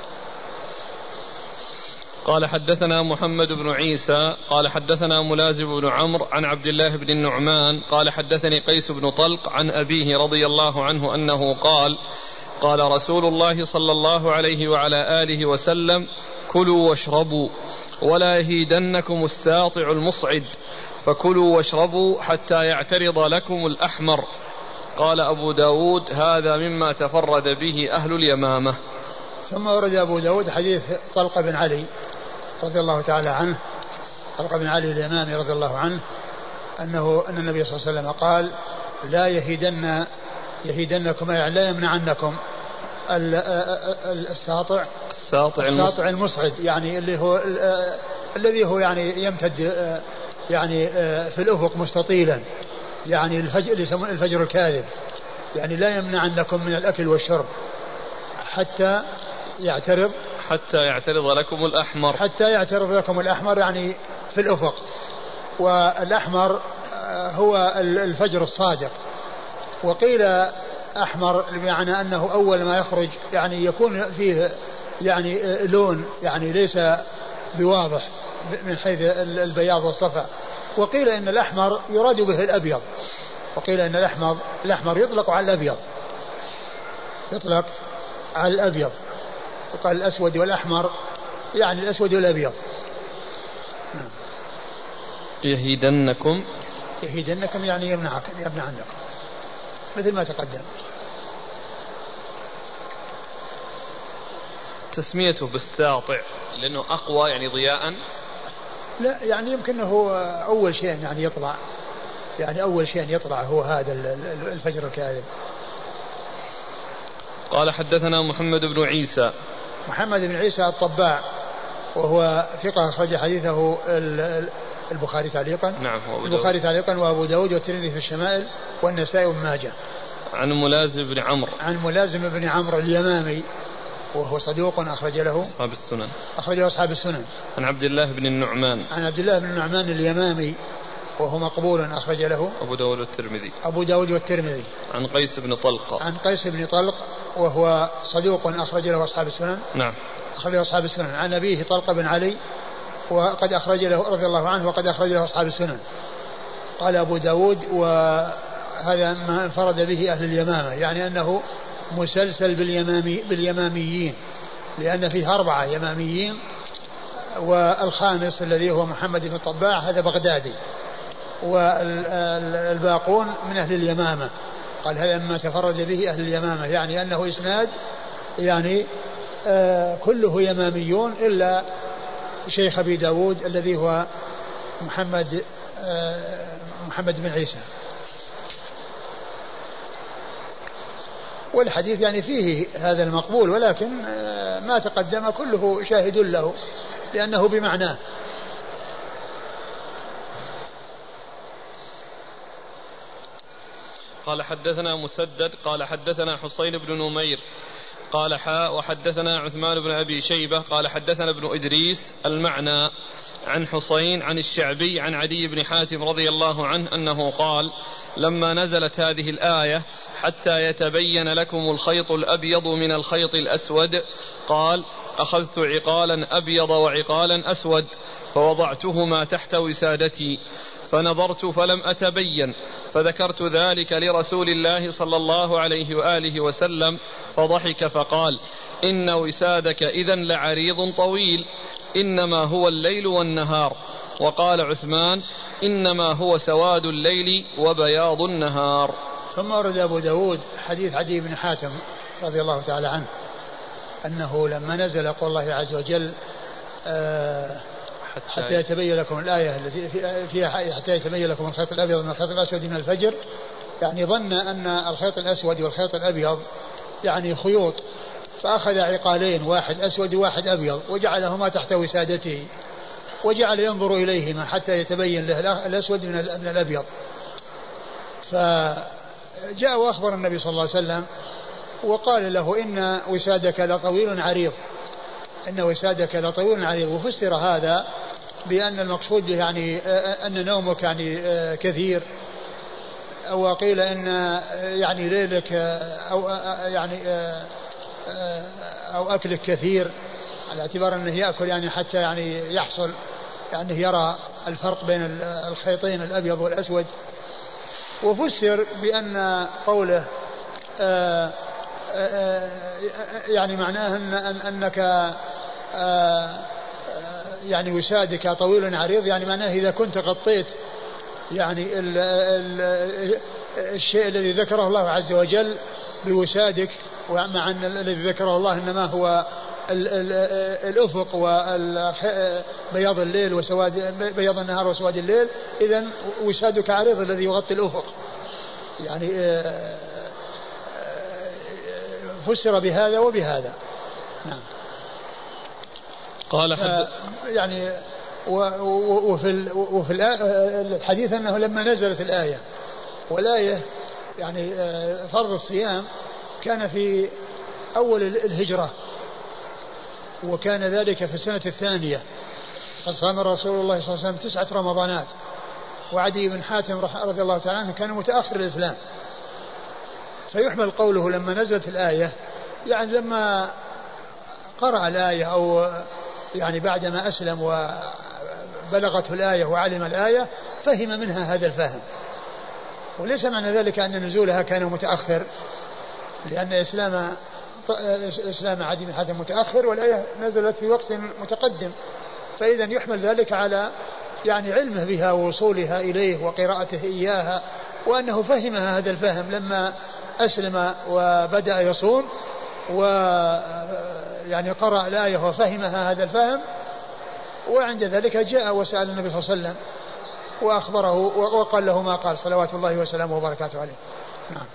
قال حدثنا محمد بن عيسى قال حدثنا ملازم بن عمرو عن عبد الله بن النعمان قال حدثني قيس بن طلق عن أبيه رضي الله عنه أنه قال قال رسول الله صلى الله عليه وعلى آله وسلم كلوا واشربوا ولا يهيدنكم الساطع المصعد فكلوا واشربوا حتى يعترض لكم الأحمر. قال أبو داود هذا مما تفرد به أهل اليمامة. ثم ورد أبو داود حديث طلق بن علي رضي الله تعالى عنه طلق بن علي اليمامي رضي الله عنه أنه أن النبي صلى الله عليه وسلم قال لا يهيدن يهيدنكم يعني لا يمنعنكم الساطع الساطع, الساطع المصعد يعني اللي هو الذي هو يعني يمتد يعني في الأفق مستطيلا يعني الفجر اللي يسمونه الفجر الكاذب يعني لا يمنعنكم من الأكل والشرب حتى يعترض حتى يعترض لكم الأحمر حتى يعترض لكم الأحمر يعني في الأفق. والأحمر هو الفجر الصادق. وقيل أحمر بمعنى أنه أول ما يخرج يعني يكون فيه يعني لون يعني ليس بواضح من حيث البياض والصفا. وقيل إن الأحمر يراد به الأبيض. وقيل إن الأحمر الأحمر يطلق على الأبيض يطلق على الأبيض. وقال الأسود والأحمر يعني الأسود والأبيض. نعم. يهيدنكم يهيدنكم يعني يمنعكم يمنع عنكم مثل ما تقدم. تسميته بالساطع لأنه أقوى يعني ضياء. لا يعني يمكن هو أول شيء يعني يطلع يعني أول شيء يطلع هو هذا الفجر الكاذب. قال حدثنا محمد بن عيسى محمد بن عيسى الطباع وهو ثقة أخرج حديثه البخاري تعليقا. نعم البخاري تعليقا وأبو داود والترمذي في الشمائل والنسائي وابن ماجه. عن ملازم بن عمرو عن ملازم بن عمرو اليمامي وهو صدوق أخرج له أصحاب السنن أخرجه أصحاب السنن. عن عبد الله بن النعمان عن عبد الله بن النعمان اليمامي وهو مقبول أخرج له أبو داود والترمذي أبو داود والترمذي. عن قيس بن طلق عن قيس بن طلق وهو صدوق أخرج له أصحاب السنن. نعم أخرج له أصحاب السنن. عن أبيه طلق بن علي وقد أخرج له رضي الله عنه وقد أخرج له أصحاب السنن. قال أبو داود وهذا ما انفرد به أهل اليمامة يعني أنه مسلسل باليمامي باليماميين لأن فيه أربعة يماميين والخامس الذي هو محمد بن الطباع هذا بغدادي والباقون من أهل اليمامة. قال هذا ما تفرد به أهل اليمامة يعني أنه إسناد يعني آه كله يماميون إلا شيخ أبي داود الذي هو محمد آه محمد بن عيسى. والحديث يعني فيه هذا المقبول ولكن آه ما تقدم كله شاهد له لأنه بمعناه. قال حدثنا مسدد قال حدثنا حسين بن نمير قال حاء وحدثنا عثمان بن أبي شيبة قال حدثنا ابن إدريس المعنى عن حسين عن الشعبي عن عدي بن حاتم رضي الله عنه أنه قال لما نزلت هذه الآية حتى يتبين لكم الخيط الأبيض من الخيط الأسود قال أخذت عقالا أبيض وعقالا أسود فوضعتهما تحت وسادتي فنظرت فلم أتبين فذكرت ذلك لرسول الله صلى الله عليه وآله وسلم فضحك فقال إن وسادك إذن لعريض طويل إنما هو الليل والنهار. وقال عثمان إنما هو سواد الليل وبياض النهار. ثم ورد أبو داود حديث عدي بن حاتم رضي الله تعالى عنه أنه لما نزل قول الله عز وجل آه حتى يتبين لكم الآية التي فيها حتى يتبين لكم الخيط الأبيض من الخيط الأسود من الفجر يعني ظن أن الخيط الأسود والخيط الأبيض يعني خيوط فأخذ عقالين واحد أسود وواحد أبيض وجعلهما تحت وسادته وجعل ينظر إليهما حتى يتبين له الأسود من الأبيض. فجاء وأخبر النبي صلى الله عليه وسلم وقال له إن وسادك لطويل عريض إن وسادك لطويل عريض. وفسر هذا بأن المقصود يعني أن نومك يعني كثير أو قيل أن يعني ليلك أو يعني أو أكلك كثير على اعتبار أنه يأكل يعني حتى يعني يحصل يعني يرى الفرق بين الخيطين الأبيض والأسود. وفسر بأن قوله آآ آآ يعني معناه أن أنك يعني وسادك طويل عريض يعني معناه إذا كنت غطيت يعني ال ال الشيء الذي ذكره الله عز وجل بوسادك ومع أن الذي ذكره الله إنما هو ال ال الأفق وبياض الليل وسواد بياض النهار وسواد الليل إذن وسادك عريض الذي يغطي الأفق يعني فسر بهذا وبهذا. نعم. قال حد يعني وفي وفي الحديث أنه لما نزلت الآية والآية يعني فرض الصيام كان في أول الهجرة وكان ذلك في السنة الثانية، فصام رسول الله صلى الله عليه وسلم تسعة رمضانات. وعدي بن حاتم رضي الله تعالى عنه كان متأخر الإسلام، فيحمل قوله لما نزلت الآية يعني لما قرأ الآية أو يعني بعدما أسلم وبلغته الآية وعلم الآية فهم منها هذا الفهم. وليس معنى ذلك أن نزولها كان متأخر، لأن إسلام إسلام عدي بن حاتم متأخر والآية نزلت في وقت متقدم، فإذا يحمل ذلك على يعني علمه بها ووصولها إليه وقراءته إياها، وأنه فهمها هذا الفهم لما أسلم وبدأ يصوم ويعني قرأ الآية وفهمها هذا الفهم، وعند ذلك جاء وسأل النبي صلى الله عليه وسلم وأخبره وقال له ما قال صلوات الله وسلامه وبركاته عليه. نعم.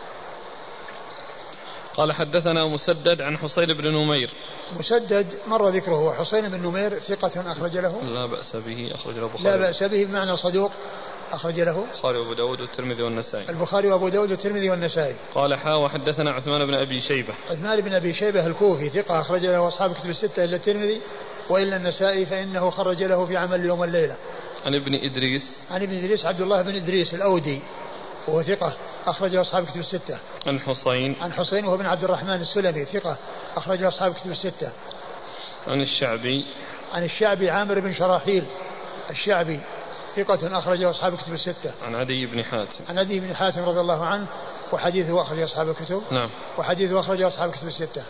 قال حدثنا مسدد عن حسين بن نمير. مسدد مر ذكره. حسين بن نمير ثقة أخرج له لا بأس به أخرج له البخاري. لا بأس به بمعنى صدوق أخرج له البخاري وأبو داود والترمذي والنسائي. البخاري وأبو داود والترمذي والنسائي. قال حا وحدثنا عثمان بن أبي شيبة. عثمان بن أبي شيبة الكوفي ثقة أخرج له أصحاب كتب الستة إلا الترمذي وإلا النسائي فإنه خرج له في عمل اليوم والليلة. عن ابن إدريس. عن ابن إدريس عبد الله بن إدريس الأودي وهو ثقة أخرج أصحاب كتب الستة. عن حسين. عن حسين وهو بن عبد الرحمن السلمي ثقة أخرج أصحاب كتب الستة. عن الشعبي. عن الشعبي عامر بن شراحيل الشعبي ثقة أخرج أصحاب كتب الستة. عن عدي بن حاتم. عن عدي بن حاتم رضي الله عنه وحديثه أخرج أصحاب الكتب. نعم. وحديثه أخرج أصحاب كتب الستة.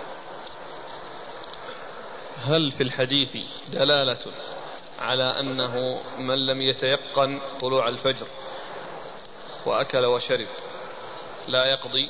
هل في الحديث دلالة على أنه من لم يتيقن طلوع الفجر وأكل وشرب لا يقضي؟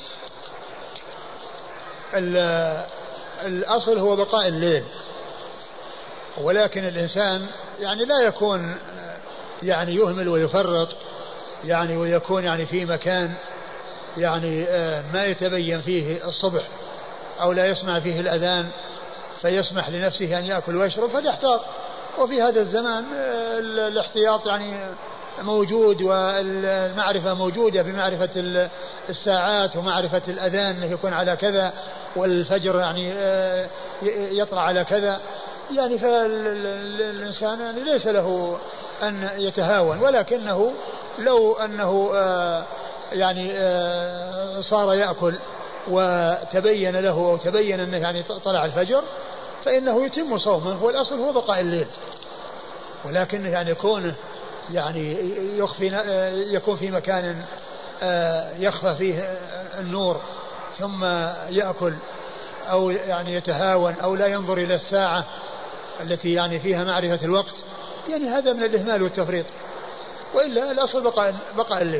الأصل هو بقاء الليل، ولكن الإنسان يعني لا يكون يعني يهمل ويفرط يعني ويكون يعني في مكان يعني ما يتبين فيه الصبح أو لا يسمع فيه الأذان فيسمح لنفسه أن يأكل ويشرب فليحتاط. وفي هذا الزمان الاحتياط يعني موجود والمعرفة موجودة بمعرفة الساعات ومعرفة الأذان يكون على كذا والفجر يعني يطلع على كذا، يعني فالإنسان يعني ليس له أن يتهاون، ولكنه لو أنه يعني صار يأكل وتبين له أو تبين أنه يعني طلع الفجر فإنه يتم صومه، والأصل هو بقاء الليل. ولكن يعني كونه يعني يخفي يكون في مكان يخفى فيه النور ثم يأكل أو يعني يتهاون أو لا ينظر إلى الساعة التي يعني فيها معرفة الوقت، يعني هذا من الإهمال والتفريط، وإلا الأصل بقاء بقاء الليل.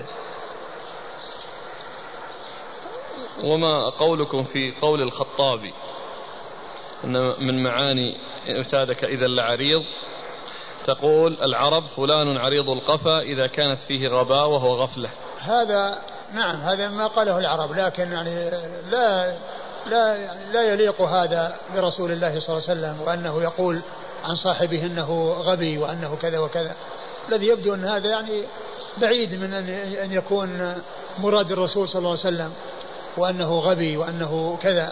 وما قولكم في قول الخطابي أن من معاني أسادك إذا لعريض تقول العرب فلان عريض القفا إذا كانت فيه غباء وهو غفلة؟ هذا نعم هذا ما قاله العرب، لكن يعني لا لا يعني لا يليق هذا برسول الله صلى الله عليه وسلم، وأنه يقول عن صاحبه أنه غبي وأنه كذا وكذا. الذي يبدو أن هذا يعني بعيد من أن يكون مراد الرسول صلى الله عليه وسلم وأنه غبي وأنه كذا.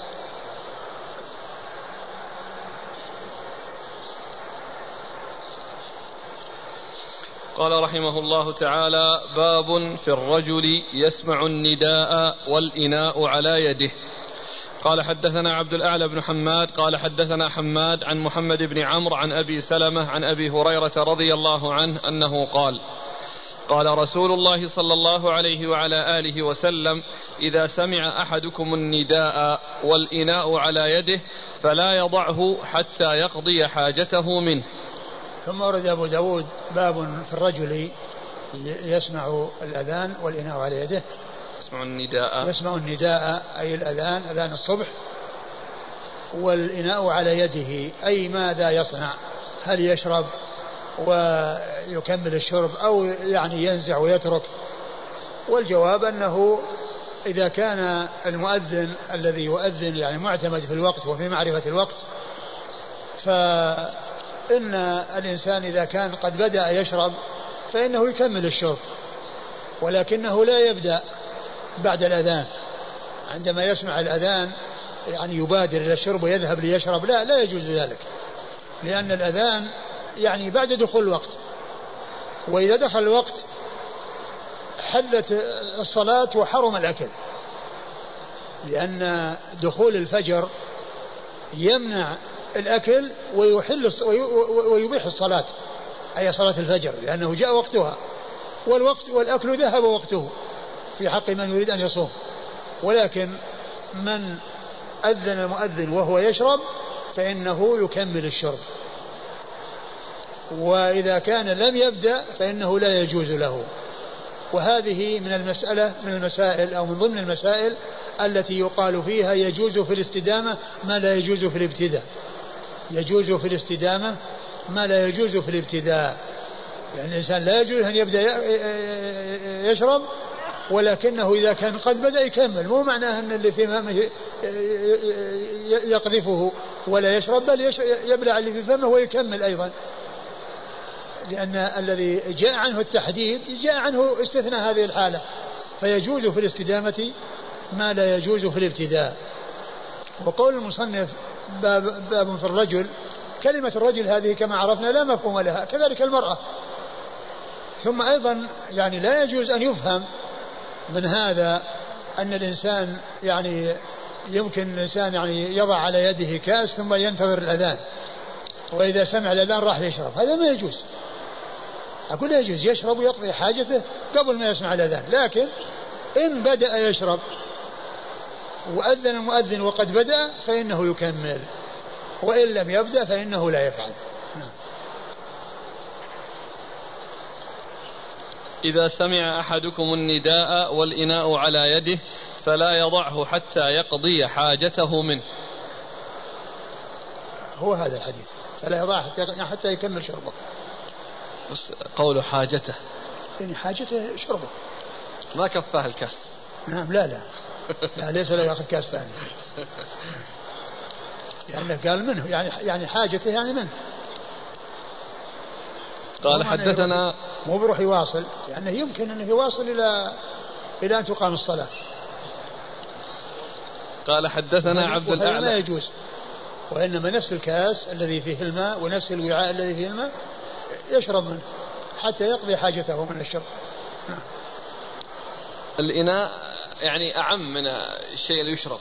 قال رحمه الله تعالى: باب في الرجل يسمع النداء والإناء على يده. قال حدثنا عبد الأعلى بن حماد قال حدثنا حماد عن محمد بن عمرو عن أبي سلمة عن أبي هريرة رضي الله عنه أنه قال: قال رسول الله صلى الله عليه وعلى آله وسلم: إذا سمع أحدكم النداء والإناء على يده فلا يضعه حتى يقضي حاجته منه. ثم ورد أبو داود باب في الرجل يسمع الأذان والإناء على يده. يسمع النداء يسمع النداء أي الأذان أذان الصبح، والإناء على يده أي ماذا يصنع، هل يشرب ويكمل الشرب أو يعني ينزع ويترك؟ والجواب أنه إذا كان المؤذن الذي يؤذن يعني معتمد في الوقت وفي معرفة الوقت، فإن الإنسان إذا كان قد بدأ يشرب فإنه يكمل الشرب، ولكنه لا يبدأ بعد الأذان. عندما يسمع الأذان يعني يبادر إلى الشرب ويذهب ليشرب، لا لا يجوز ذلك، لأن الأذان يعني بعد دخول الوقت، وإذا دخل الوقت حلت الصلاة وحرم الأكل، لأن دخول الفجر يمنع الأكل ويحل ويبيح الصلاة، أي صلاة الفجر، لأنه جاء وقتها، والوقت والأكل ذهب وقته في حق من يريد أن يصوم. ولكن من أذن المؤذن وهو يشرب فإنه يكمل الشرب، وإذا كان لم يبدأ فإنه لا يجوز له. وهذه من المسألة من المسائل أو من ضمن المسائل التي يقال فيها يجوز في الاستدامة ما لا يجوز في الابتداء، يجوز في الاستدامة ما لا يجوز في الابتداء. يعني الإنسان لا يجوز أن يبدأ يشرب، ولكنه إذا كان قد بدأ يكمل، مو معناه أن اللي في فمه يقذفه ولا يشرب، بل يبلع اللي في فمه ويكمل أيضا، لأن الذي جاء عنه التحديد جاء عنه استثناء هذه الحالة، فيجوز في الاستدامة ما لا يجوز في الابتداء. وقول المصنف باب, باب في الرجل، كلمة الرجل هذه كما عرفنا لا مفهوم لها، كذلك المرأة. ثم أيضا يعني لا يجوز أن يفهم من هذا أن الإنسان يعني يمكن الإنسان يعني يضع على يده كأس ثم ينتظر الأذان، وإذا سمع الأذان راح يشرب، هذا ما يجوز. أقول لا يجوز، يشرب ويقضي حاجته قبل ما يسمع الأذان، لكن إن بدأ يشرب وأذن المؤذن وقد بدأ فإنه يكمل، وإن لم يبدأ فإنه لا يفعل. نعم. إذا سمع أحدكم النداء والإناء على يده فلا يضعه حتى يقضي حاجته منه. هو هذا الحديث، فلا يضعه حتى يكمل شربه. بس قوله حاجته يعني حاجته شربه، ما كفاه الكاس. نعم لا لا لا ليس له يأخذ كاس ثاني، لأنه قال منه يعني يعني حاجته يعني منه. قال حدثنا مو بروح يواصل، لأنه يعني يمكن أنه يواصل إلى إلى أن تقام الصلاة. قال حدثنا عبد الأعلى، ما يجوز، وإنما نفس الكاس الذي فيه الماء ونفس الوعاء الذي فيه الماء يشرب منه حتى يقضي حاجته من الشرب. نعم. الإناء يعني أعم من الشيء اللي يشرب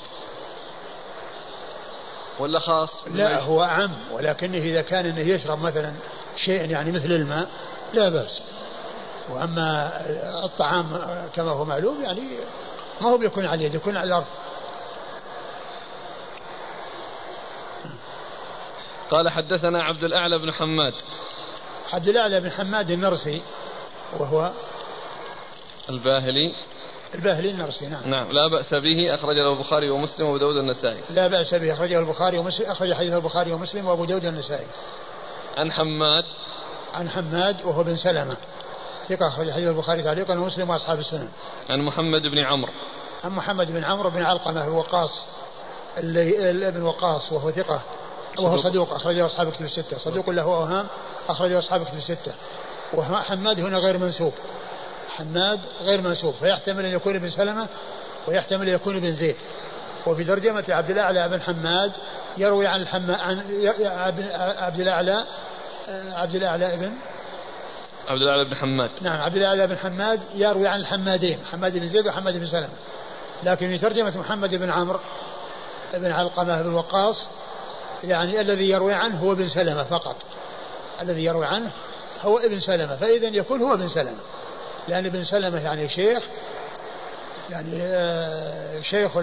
ولا خاص؟ لا هو أعم، ولكنه إذا كان إنه يشرب مثلا شيء يعني مثل الماء لا بأس. وأما الطعام كما هو معلوم يعني ما هو بيكون على اليد، يكون على الأرض. قال حدثنا عبد الأعلى بن حماد. عبد الأعلى بن حماد النرسي وهو الباهلي الباهلي النرسي. نعم. نعم. لا بأس به، أخرج له البخاري ومسلم وأبو داود النسائي. لا بأس به، أخرجه البخاري ومسلم، أخرج حديث البخاري ومسلم وأبو داود النسائي. عن حماد عن حماد وهو بن سلمة ثقة، أخرج حديث البخاري تعليقا ومسلم وأصحاب السنن. عن محمد بن عمرو عن محمد بن عمرو بن علقمة وقاص ابن وقاص وهو ثقة وهو صدوق، أخرجه أصحاب كتب الستة، صدوق له أوهام، أخرجه أصحاب كتب الستة. وحماد هنا غير منسوب، حماد غير منسوب، فيحتمل أن يكون ابن سلمة ويحتمل أن يكون ابن زيد. وفي ترجمة عبد الأعلى بن حماد يروي عن الحما عن عبد الأعلى عبد الأعلى ابن عبد الأعلى بن حماد. نعم عبد الأعلى بن حماد يروي عن الحمادين، حماد بن زيد وحماد بن سلمة. لكن في ترجمة محمد بن عمرو بن علقمة بن وقاص يعني الذي يروي عنه هو ابن سلمة فقط، الذي يروي عنه هو ابن سلمة، فإذا يكون هو ابن سلمة، لأن ابن سلمة يعني شيخ يعني شيخ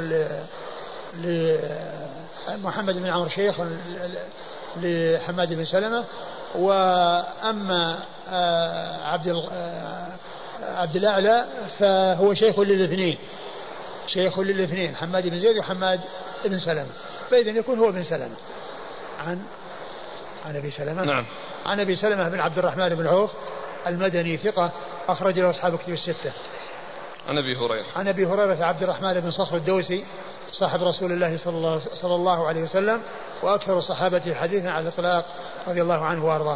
لمحمد بن عمرو، شيخ لحماد بن سلمة. وأما عبد عبد الأعلى فهو شيخ للاثنين، شيخ للاثنين حماد بن زيد وحماد بن سلمة، فإذا يكون هو ابن سلمة. عن عن أبي سلمة. نعم. عن أبي سلمة بن عبد الرحمن بن عوف المدني ثقة، أخرج له أصحاب كتب الستة. عن أبي هريرة. عن أبي هريرة عبد الرحمن بن صخر الدوسي صاحب رسول الله صلى الله, صلى الله عليه وسلم، وأكثر الصحابة حديثا على الإطلاق رضي الله عنه وأرضاه.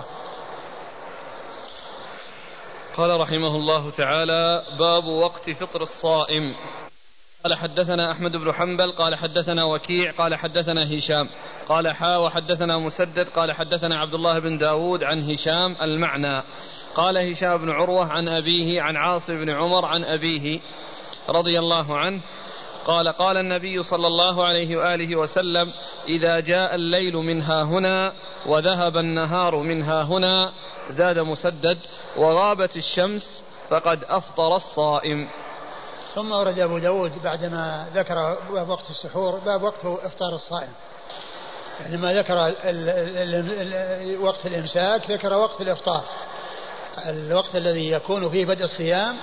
قال رحمه الله تعالى: باب وقت فطر الصائم. قال حدثنا أحمد بن حنبل قال حدثنا وكيع قال حدثنا هشام قال حا وحدثنا مسدد قال حدثنا عبد الله بن داود عن هشام المعنى. قال هشام بن عروة عن أبيه عن عاصم بن عمر عن أبيه رضي الله عنه قال قال النبي صلى الله عليه وآله وسلم إذا جاء الليل منها هنا وذهب النهار منها هنا زاد مسدد وغابت الشمس فقد أفطر الصائم. ثم ورد أبو داود بعدما ذكر باب وقت السحور باب وقت إفطار الصائم، يعني ما ذكر ال ال ال وقت الإمساك ذكر وقت الإفطار، الوقت الذي يكون فيه بدء الصيام،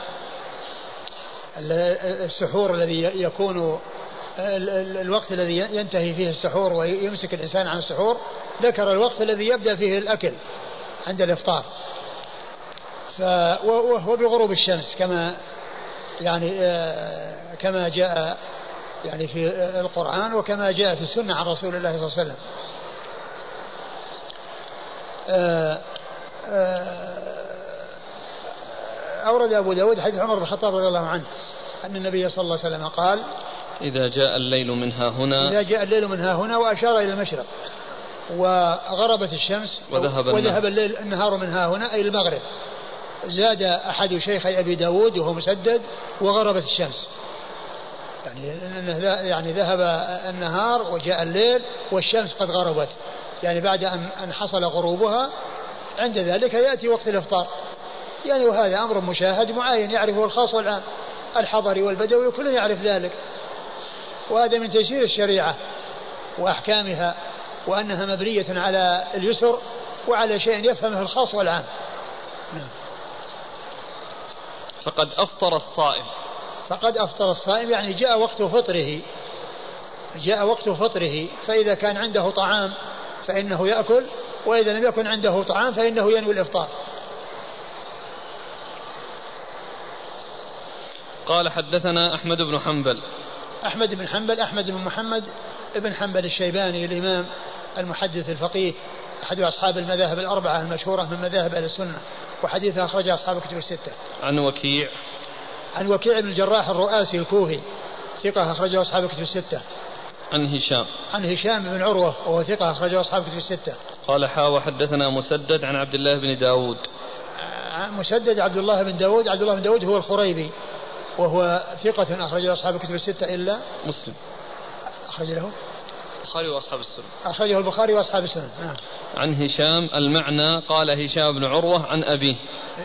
السحور الذي يكون الوقت الذي ينتهي فيه السحور ويمسك الإنسان عن السحور، ذكر الوقت الذي يبدأ فيه الأكل عند الإفطار، وهو بغروب الشمس كما يعني كما جاء يعني في القرآن وكما جاء في السنة عن رسول الله صلى الله عليه وسلم. أورد أبو داود حديث عمر بن الخطاب رضي الله عنه أن النبي صلى الله عليه وسلم قال إذا جاء الليل منها هنا إذا جاء الليل منها هنا وأشار إلى المشرق وغربت الشمس وذهب, وذهب الليل النهار منها هنا أي المغرب. زاد أحد شيخي أبي داود وهو مسدد وغربت الشمس، يعني يعني ذهب النهار وجاء الليل والشمس قد غربت، يعني بعد أن حصل غروبها عند ذلك يأتي وقت الإفطار، يعني وهذا أمر مشاهد معين يعرفه الخاص والعام، الحضري والبدوي كل يعرف ذلك، وهذا من تيسير الشريعة وأحكامها وأنها مبنية على اليسر وعلى شيء يفهمه الخاص والعام. نعم. فقد أفطر الصائم فقد أفطر الصائم يعني جاء وقت فطره جاء وقت فطره فإذا كان عنده طعام فإنه يأكل، وإذا لم يكن عنده طعام فإنه ينوي الإفطار. قال حدثنا أحمد بن حنبل أحمد بن حنبل أحمد بن محمد ابن حنبل الشيباني الإمام المحدث الفقيه أحد أصحاب المذاهب الأربعة المشهورة من مذاهب أهل السنة، وحديثه أخرج أصحاب الكتب الستة. عن وكيع عن وكيع بن الجراح الرؤاسي الكوفي ثقة أخرجه أصحاب الكتب الستة. عن هشام عن هشام بن عروة وهو ثقة أخرجه أصحاب الكتب الستة. قال حا وحدثنا مسدد عن عبد الله بن داود. مسدد عبد الله بن داود عبد الله بن داود هو الخريبي وهو ثقة أخرجه أصحاب الكتب الستة إلا مسلم أخرج له البخاري وأصحاب السنن أخرجه البخاري وأصحاب السنن. نعم. عن هشام المعنى قال هشام بن عروة عن أبيه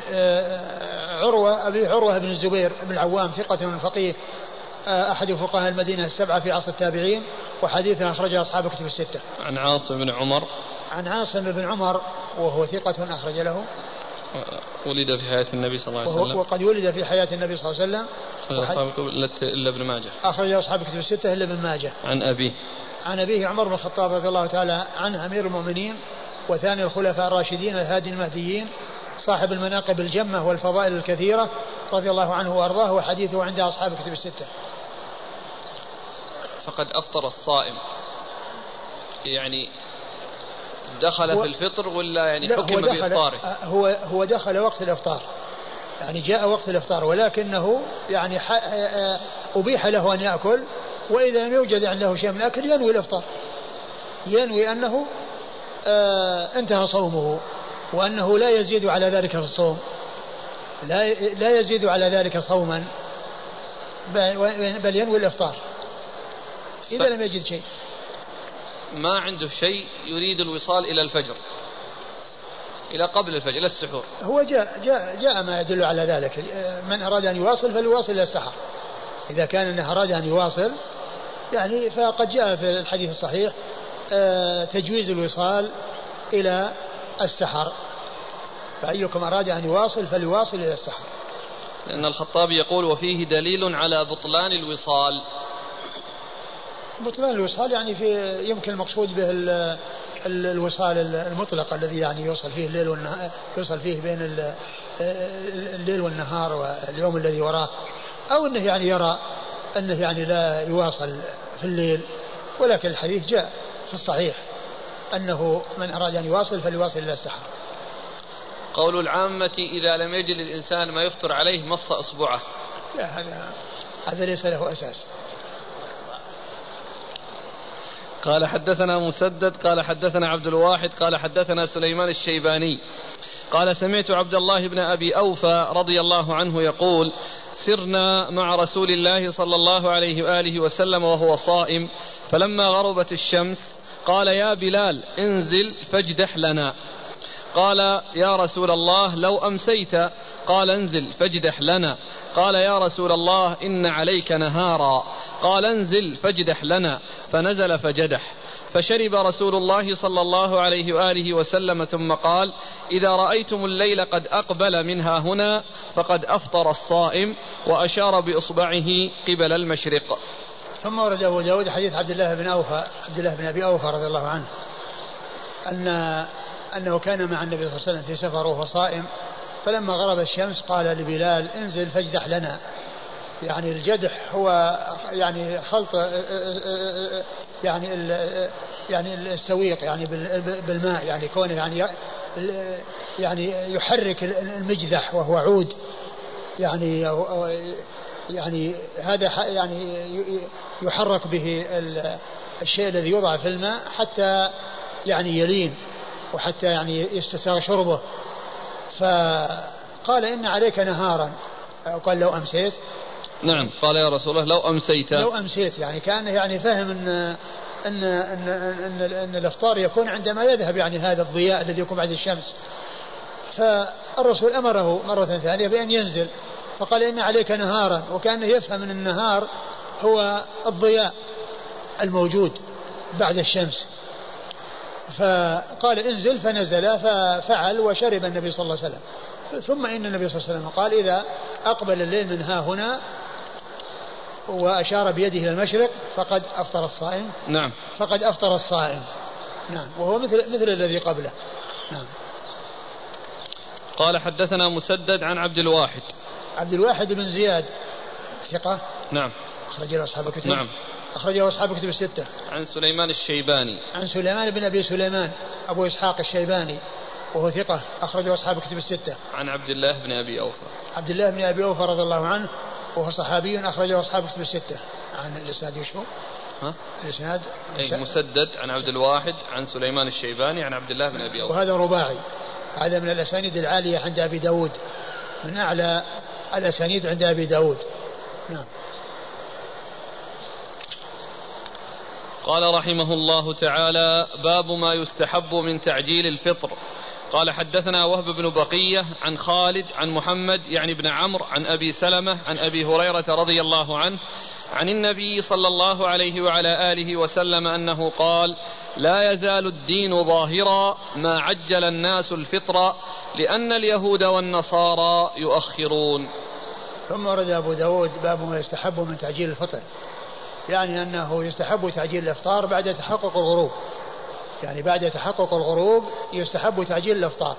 عروة أبي عروة بن الزبير بن العوام ثقة من فقيه أحد فقهاء المدينة السبعة في عصر التابعين، وحديثه أخرجه أصحاب الكتب الستة. عن عاصم بن عمر عن عاصم بن عمر وهو ثقة أخرج له ولد في حياة النبي صلى الله عليه وسلم وقد ولد في حياة النبي صلى الله عليه وسلم إلا ابن ماجه أخرجه أصحاب الكتب الستة إلا ابن ماجه. عن أبيه عن أبيه عمر بن الخطاب رضي الله تعالى عنه أمير المؤمنين وثاني الخلفاء الراشدين الهادي المهديين صاحب المناقب الجمة والفضائل الكثيرة رضي الله عنه وأرضاه، وحديثه عند أصحاب الكتب الستة. فقد أفطر الصائم يعني دخل في الفطر ولا يعني حكم بإفطاره؟ هو هو دخل وقت الإفطار، يعني جاء وقت الإفطار، ولكنه يعني أبيح له أن يأكل، وإذا لم يوجد عنده شيء من الأكل ينوي الإفطار، ينوي أنه آه انتهى صومه وأنه لا يزيد على ذلك في الصوم، لا لا يزيد على ذلك صوما، بل ينوي الإفطار إذا ف... لم يجد شيء. ما عنده شيء يريد الوصال إلى الفجر، إلى قبل الفجر، إلى السحور. هو جاء جاء جاء ما يدل على ذلك، من أراد أن يواصل فليواصل إلى السحر، إذا كان أنه أراد أن يواصل يعني فقد جاء في الحديث الصحيح تجويز الوصال إلى السحر، فأيكم أراد أن يواصل فليواصل إلى السحر. لأن الخطابي يقول وفيه دليل على بطلان الوصال. بطلان الوصال يعني في يمكن المقصود به الوصال المطلق الذي يعني يوصل فيه الليل والنهار، يوصل فيه بين الليل والنهار واليوم الذي وراه، أو أنه يعني يرى أنه يعني لا يواصل في الليل، ولكن الحديث جاء في الصحيح أنه من أراد أن يواصل فليواصل إلى السحر. قول العامة إذا لم يجد الإنسان ما يفطر عليه مص إصبعه، لا هذا هذا ليس له أساس، قال حدثنا مسدد قال حدثنا عبد الواحد قال حدثنا سليمان الشيباني قال سمعت عبد الله بن أبي أوفى رضي الله عنه يقول سرنا مع رسول الله صلى الله عليه وآله وسلم وهو صائم فلما غربت الشمس قال يا بلال انزل فاجدح لنا. قال يا رسول الله لو أمسيت. قال انزل فاجدح لنا. قال يا رسول الله إن عليك نهارا. قال انزل فاجدح لنا. فنزل فجدح فشرب رسول الله صلى الله عليه وآله وسلم ثم قال إذا رأيتم الليل قد أقبل منها هنا فقد أفطر الصائم وأشار بإصبعه قبل المشرق. ثم ورد أبو داود حديث عبد الله بن أوفى عبد الله بن أبي أوفى رضي الله عنه أن أنه كان مع النبي صلى الله عليه وسلم في سفر وهو صائم فلما غرب الشمس قال لبلال انزل فاجدح لنا. يعني الجدح هو يعني خلط يعني يعني السويق يعني بالماء يعني كونه يعني يعني يحرك المجدح وهو عود يعني يعني هذا يعني يحرك به الشيء الذي يوضع في الماء حتى يعني يلين وحتى يعني يستساغ شربه. فقال إن عليك نهارا. قال لو أمسيت. نعم قال يا رسول الله لو أمسيت. لو أمسيت يعني كان يعني فهم أن أن أن أن, أن الإفطار يكون عندما يذهب يعني هذا الضياء الذي يكون بعد الشمس. فالرسول أمره مرة ثانية بأن ينزل فقال إن عليك نهارا وكأنه يفهم أن النهار هو الضياء الموجود بعد الشمس. فقال انزل فنزل ففعل وشرب النبي صلى الله عليه وسلم. ثم إن النبي صلى الله عليه وسلم قال إذا أقبل الليل من ها هنا وأشار بيده إلى المشرق فقد أفطر الصائم. نعم فقد أفطر الصائم. نعم وهو مثل مثل الذي قبله. نعم. قال حدثنا مسدد عن عبد الواحد عبد الواحد بن زياد ثقة. نعم أخرج له أصحاب الكتب. نعم أخرجه أصحاب الكتب الستة. عن سليمان الشيباني عن سليمان بن أبي سليمان أبو إسحاق الشيباني وهو ثقة أخرجه أصحاب الكتب الستة. عن عبد الله بن أبي أوفى عبد الله بن أبي أوفى رضي الله عنه وهو صحابي أخرجه أصحاب الكتب الستة. عن الإسناد وشو؟ ها؟ الإسناد أي مسدد عن عبد الواحد عن سليمان الشيباني عن عبد الله بن أبي أوفى. وهذا رباعي. هذا من الأسانيد العالية عند أبي داود من أعلى الأسانيد عند أبي داود. نعم. قال رحمه الله تعالى باب ما يستحب من تعجيل الفطر. قال حدثنا وهب بن بقية عن خالد عن محمد يعني بن عمرو عن أبي سلمة عن أبي هريرة رضي الله عنه عن النبي صلى الله عليه وعلى آله وسلم أنه قال لا يزال الدين ظاهرا ما عجل الناس الفطر لأن اليهود والنصارى يؤخرون. ثم ورد أبو داود باب ما يستحب من تعجيل الفطر يعني أنه يستحب تعجيل الإفطار بعد تحقق الغروب. يعني بعد تحقق الغروب يستحب تعجيل الإفطار.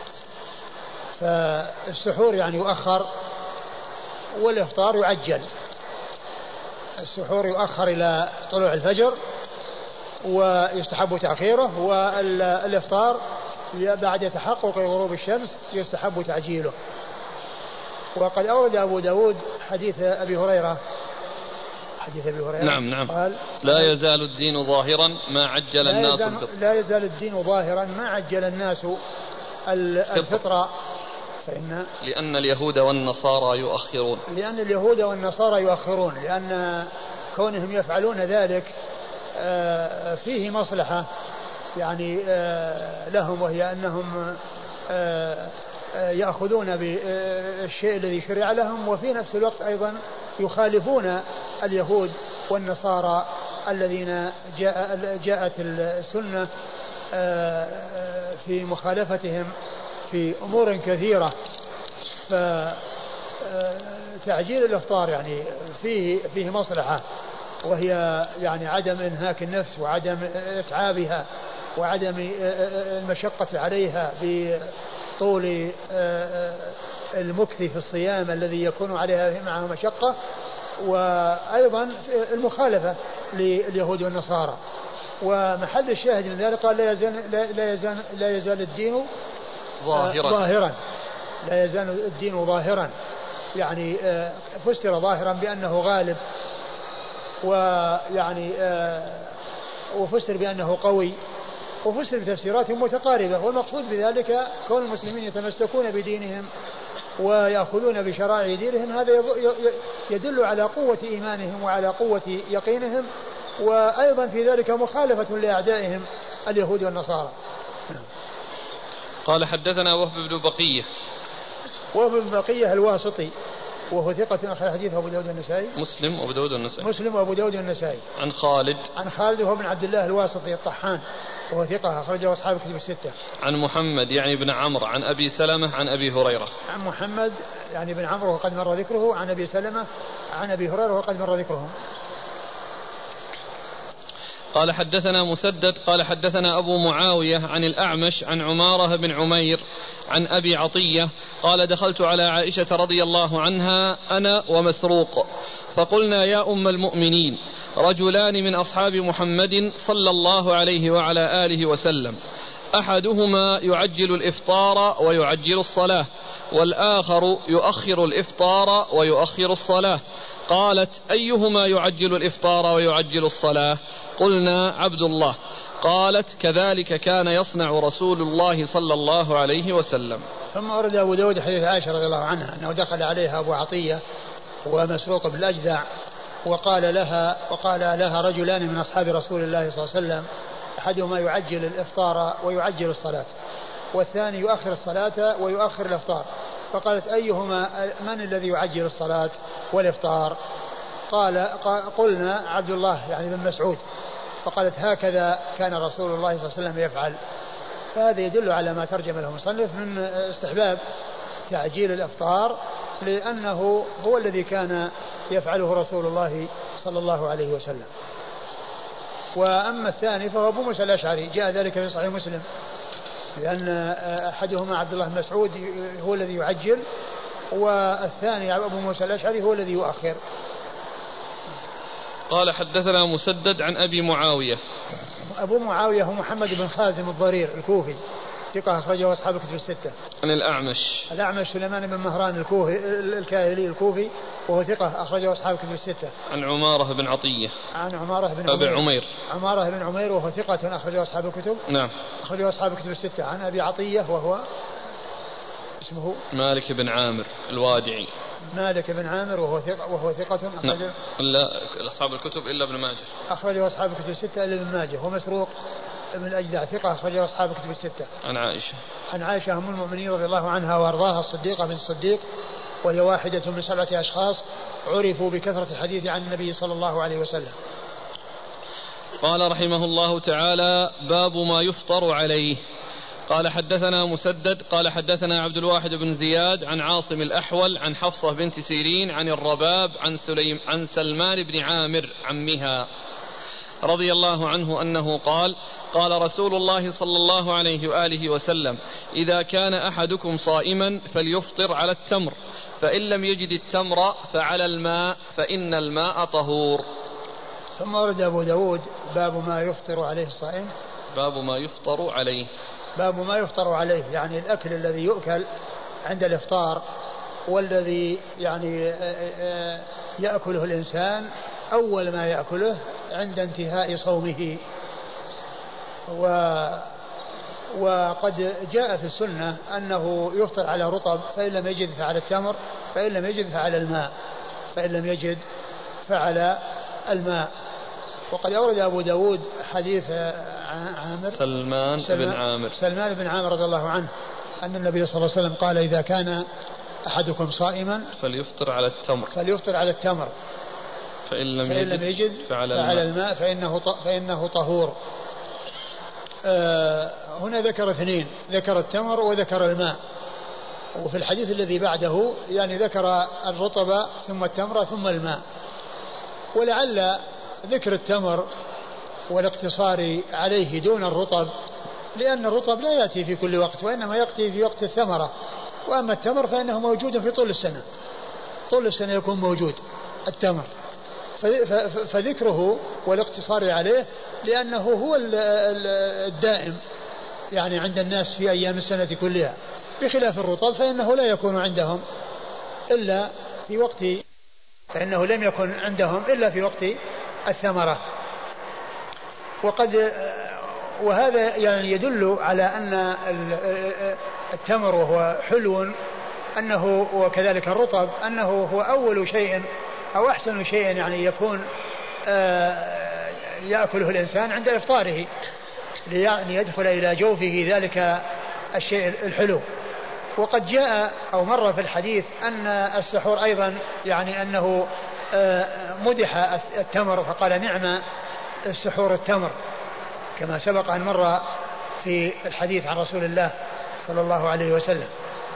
فالسحور يعني يؤخر والإفطار يعجل. السحور يؤخر إلى طلوع الفجر ويستحب تأخيره والإفطار بعد تحقق غروب الشمس يستحب تعجيله. وقد أورد أبو داود حديث أبي هريرة حديث أبي هريرة نعم نعم قال لا يزال الدين ظاهرا ما عجل الناس الفطر. لا يزال الدين ظاهرا ما عجل الناس الفطر فإن لأن اليهود والنصارى يؤخرون. لأن اليهود والنصارى يؤخرون لأن كونهم يفعلون ذلك فيه مصلحة يعني لهم وهي أنهم يأخذون بالشيء الذي شرع لهم وفي نفس الوقت أيضا يخالفون اليهود والنصارى الذين جاء جاءت السنة في مخالفتهم في أمور كثيرة. فتعجيل الإفطار يعني فيه فيه مصلحة وهي يعني عدم إنهاك النفس وعدم إتعابها وعدم المشقة عليها بطول المكث في الصيام الذي يكون عليها معه مشقة وأيضا المخالفة لليهود والنصارى. ومحل الشاهد من ذلك قال لا يزال, لا يزال, لا يزال الدين ظاهرا. ظاهرا لا يزال الدين ظاهرا يعني فسر ظاهرا بأنه غالب ويعني وفسر بأنه قوي، وفسر بتفسيرات متقاربة، والمقصود بذلك كون المسلمين يتمسكون بدينهم ويأخذون بشرائع دينهم، هذا يدل على قوة إيمانهم وعلى قوة يقينهم، وأيضا في ذلك مخالفة لأعدائهم اليهود والنصارى. قال حدثنا وهب بن بقية. وهب بن بقية الواسطي وهو ثقة أخرج حديثه أبو داود النسائي مسلم وأبو داود النسائي مسلم وأبو داود النسائي. عن خالد عن خالد وهو بن عبد الله الواسطي الطحان وهو ثقة أخرجه أصحاب الكتب الستة. عن محمد يعني بن عمرو عن أبي سلمة عن أبي هريرة. عن محمد يعني بن عمرو وقد مر ذكره. عن أبي سلمة عن أبي هريرة وقد مر ذكره. قال حدثنا مسدد قال حدثنا أبو معاوية عن الأعمش عن عمارة بن عمير عن أبي عطية قال دخلت على عائشة رضي الله عنها أنا ومسروق فقلنا يا أم المؤمنين رجلان من أصحاب محمد صلى الله عليه وعلى آله وسلم أحدهما يعجل الإفطار ويعجل الصلاة والآخر يؤخر الإفطار ويؤخر الصلاة. قالت أيهما يعجل الإفطار ويعجل الصلاة؟ قلنا عبد الله. قالت كذلك كان يصنع رسول الله صلى الله عليه وسلم. ثم ورد أبو داود حديث عائشة رضي الله عنها أنه دخل عليها أبو عطية ومسروق بالأجدع وقال لها وقال لها رجلان من أصحاب رسول الله صلى الله عليه وسلم أحدهما يعجل الإفطار ويعجل الصلاة والثاني يؤخر الصلاة ويؤخر الإفطار. فقالت أيهما من الذي يعجل الصلاة والإفطار؟ قال قلنا عبد الله يعني بن مسعود. فقالت هكذا كان رسول الله صلى الله عليه وسلم يفعل. فهذا يدل على ما ترجم له المصنف من استحباب تعجيل الإفطار لأنه هو الذي كان يفعله رسول الله صلى الله عليه وسلم. وأما الثاني فهو أبو موسى الأشعري جاء ذلك في صحيح مسلم لأن أحدهما عبد الله بن مسعود هو الذي يعجل والثاني أبو موسى الأشعري هو الذي يؤخر. قال حدثنا مسدد عن أبي معاوية. أبو معاوية هو محمد بن خازم الضرير الكوفي ثقة أخرجه أصحاب الكتب الستة. عن الأعمش. الأعمش سليمان بن مهران الكوفي الكاهلي الكوفي وهو ثقة أخرجه أصحاب الكتب الستة. عن عمارة بن عطية. عن عمارة بن أبي عمير. عمير. عمارة بن عمير وهو ثقة أخرجه أصحاب الكتب. نعم. أخرجه أصحاب الكتب الستة. عن أبي عطية وهو اسمه مالك بن عامر الوادعي. مالك بن عامر وهو ثقة وهو ثقة أخرجه لا أصحاب الكتب إلا ابن ماجه. أخرجه أصحاب الكتب الستة إلا ابن ماجه. هو مسروق من الأجدع ثقة أخرجه أصحاب الكتب الستة. عن عائشة. عن عائشة أم المؤمنين رضي الله عنها وأرضاها الصديقة بنت الصديق وهي واحدة من سبعة أشخاص عرفوا بكثرة الحديث عن النبي صلى الله عليه وسلم. قال رحمه الله تعالى باب ما يفطر عليه. قال حدثنا مسدد قال حدثنا عبد الواحد بن زياد عن عاصم الأحول عن حفصة بنت سيرين عن الرباب عن, سليم عن سلمان بن عامر عمها رضي الله عنه أنه قال قال رسول الله صلى الله عليه وآله وسلم إذا كان أحدكم صائما فليفطر على التمر فإن لم يجد التمر فعلى الماء فإن الماء طهور. ثم ورد أبو داود باب ما يفطر عليه الصائم. باب ما يفطر عليه باب ما يفطر عليه يعني الأكل الذي يؤكل عند الإفطار والذي يعني يأكله الإنسان أول ما يأكله عند انتهاء صومه. و وقد جاء في السنة أنه يفطر على رطب فإن لم يجد فعلى التمر فإن لم يجد فعلى الماء فإن لم يجد فعلى الماء. وقد أورد أبو داود حديث عامر سلمان, سلمان بن عامر سلمان بن عامر رضي الله عنه أن النبي صلى الله عليه وسلم قال إذا كان أحدكم صائما فليفطر على التمر فليفطر على التمر فإن لم, فإن لم يجد فعلى, فعلى الماء, الماء فإنه, فإنه طهور. آه هنا ذكر اثنين ذكر التمر وذكر الماء. وفي الحديث الذي بعده يعني ذكر الرطب ثم التمر ثم الماء. ولعل ذكر التمر والاقتصار عليه دون الرطب لأن الرطب لا يأتي في كل وقت وإنما يأتي في وقت الثمرة. وأما التمر فإنه موجود في طول السنة طول السنة يكون موجود التمر. فذكره والاقتصار عليه لأنه هو الدائم يعني عند الناس في أيام السنة كلها بخلاف الرطب فإنه لا يكون عندهم إلا في وقت فإنه لم يكن عندهم إلا في وقت الثمرة. وقد وهذا يعني يدل على أن التمر وهو حلو أنه وكذلك الرطب أنه هو أول شيء أو أحسن شيء يعني يكون يأكله الإنسان عند إفطاره ليعني يدخل إلى جوفه ذلك الشيء الحلو. وقد جاء أو مر في الحديث أن السحور أيضا يعني أنه مدح التمر فقال نعم السحور التمر كما سبق أن مر في الحديث عن رسول الله صلى الله عليه وسلم.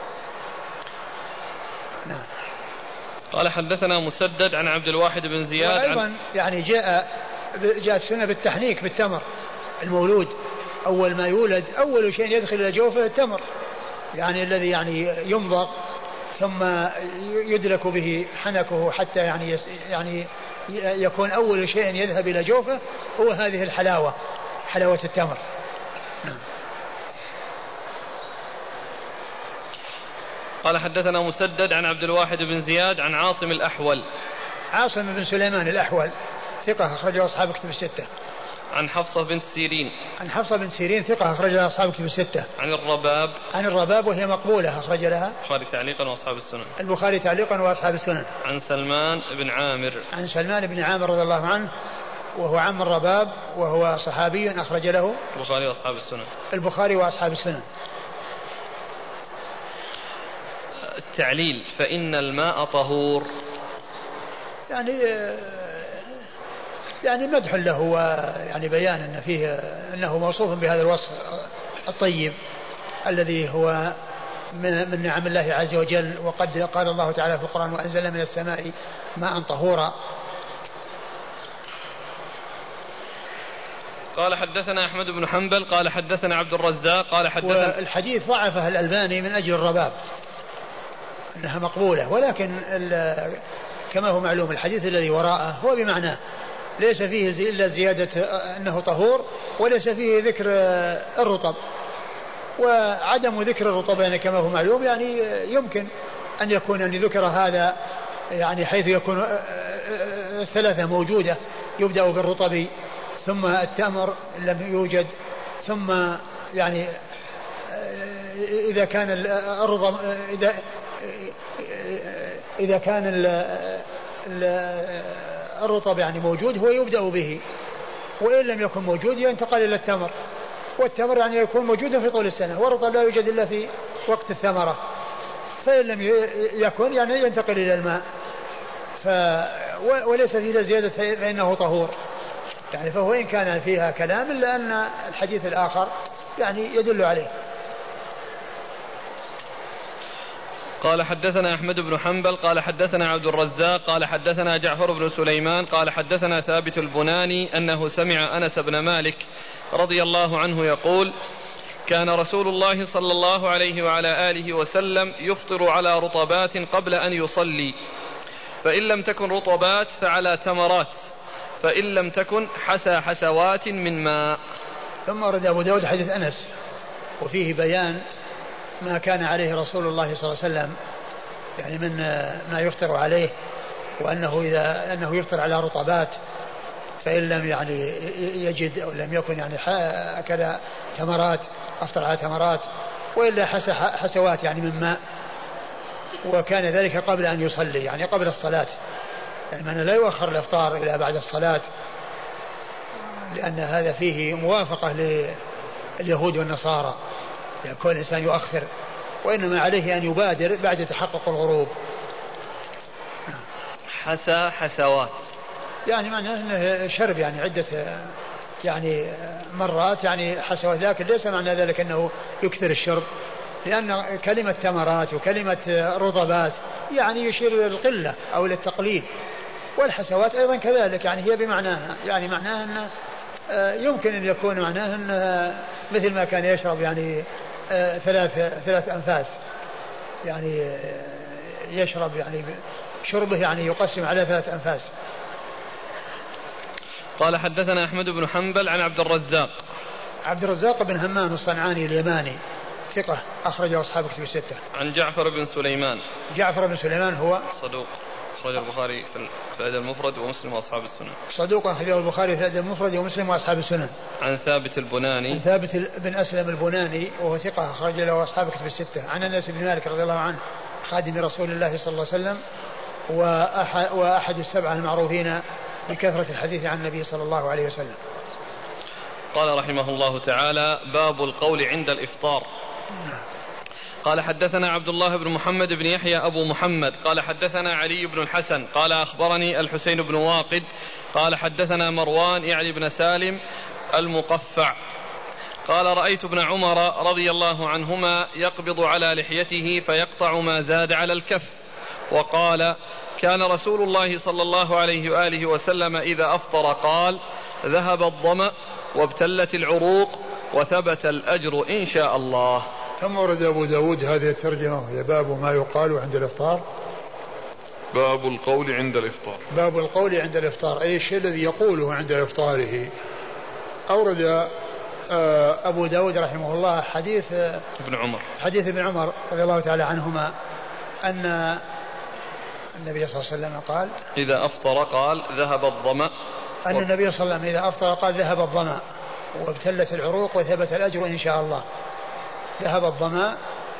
نعم. قال حدثنا مسدد عن عبد الواحد بن زياد وأيضا عن يعني جاء جاء السنة بالتحنيك بالتمر المولود أول ما يولد أول شيء يدخل إلى جوفه التمر يعني الذي يعني يمضغ ثم يدلك به حنكه حتى يعني يعني يكون أول شيء يذهب إلى جوفه هو هذه الحلاوة حلاوة التمر. نعم. قال حدثنا مسدد عن عبد الواحد بن زياد عن عاصم الأحول. عاصم بن سليمان الأحول ثقة أخرجه أصحاب كتب الستة. عن حفصة بنت سيرين. عن حفصة بنت سيرين ثقة أخرجها أصحاب كتب الستة. عن الرباب. عن الرباب وهي مقبولة أخرج لها البخاري تعليقا وأصحاب السنن. البخاري تعليقا وأصحاب السنن. عن سلمان بن عامر. عن سلمان بن عامر رضي الله عنه وهو عم الرباب وهو صحابي أخرج له البخاري وأصحاب السنن. البخاري وأصحاب السنن. التعليل فإن الماء طهور يعني يعني مدح له ويعني بيان أن فيه أنه موصوف بهذا الوصف الطيب الذي هو من نعم الله عز وجل. وقد قال الله تعالى في القرآن وأنزل من السماء ماء طهورا. قال حدثنا أحمد بن حنبل قال حدثنا عبد الرزاق قال حدثنا والحديث ضعفه الألباني من أجل الرباب أنها مقبولة ولكن كما هو معلوم الحديث الذي وراءه هو بمعناه ليس فيه إلا زيادة أنه طهور وليس فيه ذكر الرطب. وعدم ذكر الرطب يعني كما هو معلوم يعني يمكن أن يكون أن ذكر هذا يعني حيث يكون الثلاثة موجودة يبدأ بالرطب ثم التمر لم يوجد ثم يعني إذا كان الرطب إذا إذا كان الرطب يعني موجود هو يبدأ به وإن لم يكن موجود ينتقل إلى التمر والتمر يعني يكون موجودا في طول السنة والرطب لا يوجد إلا في وقت الثمرة فإن لم يكن يعني ينتقل إلى الماء ف وليس فيه زيادة فإنه طهور يعني فهو إن كان فيها كلام إلا أن الحديث الآخر يعني يدل عليه. قال حدثنا أحمد بن حنبل قال حدثنا عبد الرزاق قال حدثنا جعفر بن سليمان قال حدثنا ثابت البناني أنه سمع أنس بن مالك رضي الله عنه يقول كان رسول الله صلى الله عليه وعلى آله وسلم يفطر على رطبات قبل أن يصلي فإن لم تكن رطبات فعلى تمرات فإن لم تكن حسى حسوات من ماء. ثم ورد أبو داود حديث أنس وفيه بيان ما كان عليه رسول الله صلى الله عليه وسلم يعني من ما يفطر عليه وأنه إذا أنه يفطر على رطبات فإن لم يعني يجد أو لم يكن يعني أكل تمرات أفطر على تمرات وإلا حسوات يعني من ماء وكان ذلك قبل أن يصلي يعني قبل الصلاة يعني من لا يؤخر الإفطار إلى بعد الصلاة لأن هذا فيه موافقة لليهود والنصارى يكون الإنسان يؤخر وإنما عليه أن يبادر بعد تحقق الغروب. حسى حسوات يعني معناه أنه شرب يعني عدة يعني مرات يعني حسوات لكن ليس معنى ذلك أنه يكثر الشرب لأن كلمة تمرات وكلمة رطبات يعني يشير للقلة أو للتقليل والحسوات أيضا كذلك يعني هي بمعناها يعني معناها أن يمكن أن يكون معناها أن مثل ما كان يشرب يعني ثلاث ثلاث أنفاس يعني يشرب يعني شربه يعني يقسم على ثلاث أنفاس. قال حدثنا أحمد بن حنبل عن عبد الرزاق عبد الرزاق بن همام الصنعاني اليماني ثقة أخرجه أصحاب كتب الستة. عن جعفر بن سليمان جعفر بن سليمان هو صدوق أخرج البخاري في الأدب المفرد ومسلم وأصحاب السنن. صدوق أخرجه البخاري في الأدب المفرد ومسلم وأصحاب السنن. عن ثابت البناني. عن ثابت بن أسلم البناني وهو ثقة أخرج له أصحاب كتب الستة. عن أنس بن مالك رضي الله عنه خادم رسول الله صلى الله عليه وسلم وأحد السبعة المعروفين بكثرة الحديث عن النبي صلى الله عليه وسلم. قال رحمه الله تعالى: باب القول عند الإفطار. قال حدثنا عبد الله بن محمد بن يحيى أبو محمد قال حدثنا علي بن الحسن قال أخبرني الحسين بن واقد قال حدثنا مروان يعني بن سالم المقفع قال رأيت ابن عمر رضي الله عنهما يقبض على لحيته فيقطع ما زاد على الكف. وقال: كان رسول الله صلى الله عليه وآله وسلم إذا أفطر قال: ذهب الظمأ وابتلت العروق وثبت الأجر إن شاء الله. ثم ورد أبو داود هذه الترجمة وهي باب ما يقال عند الإفطار. باب القول عند الإفطار. باب القول عند الإفطار أي الشيء الذي يقوله عند إفطاره. أورد أبو داود رحمه الله حديث ابن عمر حديث ابن عمر رضي الله تعالى عنهما أن النبي صلى الله عليه وسلم قال: إذا أفطر قال: ذهب الظمأ. أن النبي صلى الله عليه وسلم إذا أفطر قال: ذهب الظمأ وابتلت العروق وثبت الأجر إن شاء الله. ذهب الظمأ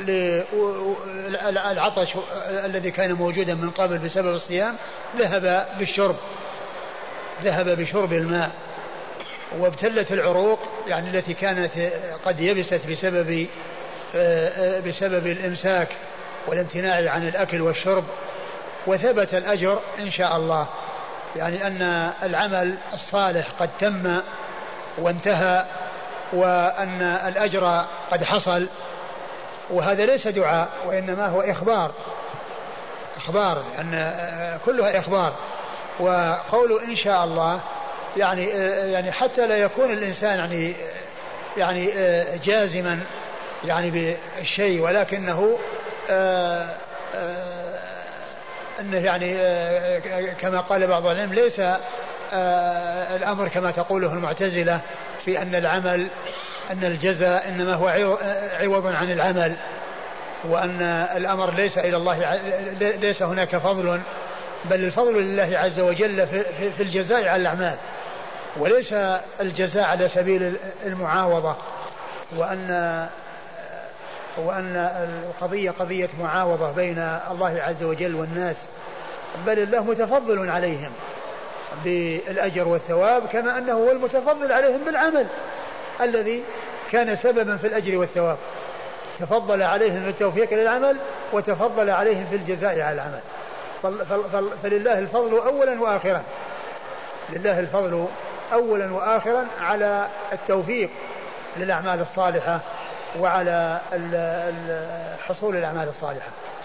للعطش الذي كان موجودا من قبل بسبب الصيام، ذهب بالشرب ذهب بشرب الماء. وابتلت العروق يعني التي كانت قد يبست بسبب بسبب الإمساك والامتناع عن الأكل والشرب، وثبت الأجر إن شاء الله، يعني أن العمل الصالح قد تم وانتهى وأن الأجر قد حصل. وهذا ليس دعاء وإنما هو إخبار إخبار أن كلها إخبار. وقول إن شاء الله يعني يعني حتى لا يكون الإنسان يعني يعني جازما يعني بالشيء، ولكنه آآ آآ أنه يعني كما قال بعض العلم ليس الأمر كما تقوله المعتزلة في أن العمل أن الجزاء إنما هو عوض عن العمل، وأن الأمر ليس إلى الله، ليس هناك فضل، بل الفضل لله عز وجل في الجزاء على الأعمال وليس الجزاء على سبيل المعاوضة، وأن وأن القضية قضية معاوضة بين الله عز وجل والناس، بل الله متفضل عليهم بالأجر والثواب كما أنه هو المتفضل عليهم بالعمل الذي كان سببا في الأجر والثواب. تفضل عليهم في التوفيق للعمل وتفضل عليهم في الجزاء على العمل. فلله الفضل أولا وآخرا لله الفضل أولا وآخرا على التوفيق للأعمال الصالحة وعلى حصول الأعمال الصالحة.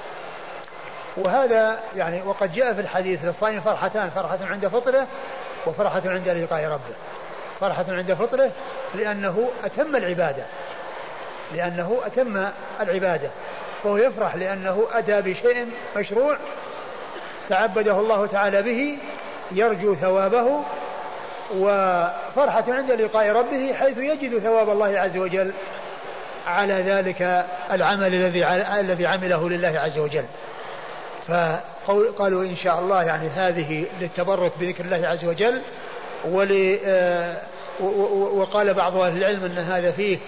وهذا يعني وقد جاء في الحديث للصائم فرحتان: فرحة عند فطره وفرحة عند لقاء ربه. فرحة عند فطره لأنه أتم العبادة لأنه أتم العبادة فهو يفرح لأنه أتى بشيء مشروع تعبده الله تعالى به يرجو ثوابه. وفرحة عند لقاء ربه حيث يجد ثواب الله عز وجل على ذلك العمل الذي الذي عمله لله عز وجل. فقالوا إن شاء الله يعني هذه للتبرك بذكر الله عز وجل. وقال بعض أهل العلم أن هذا فيه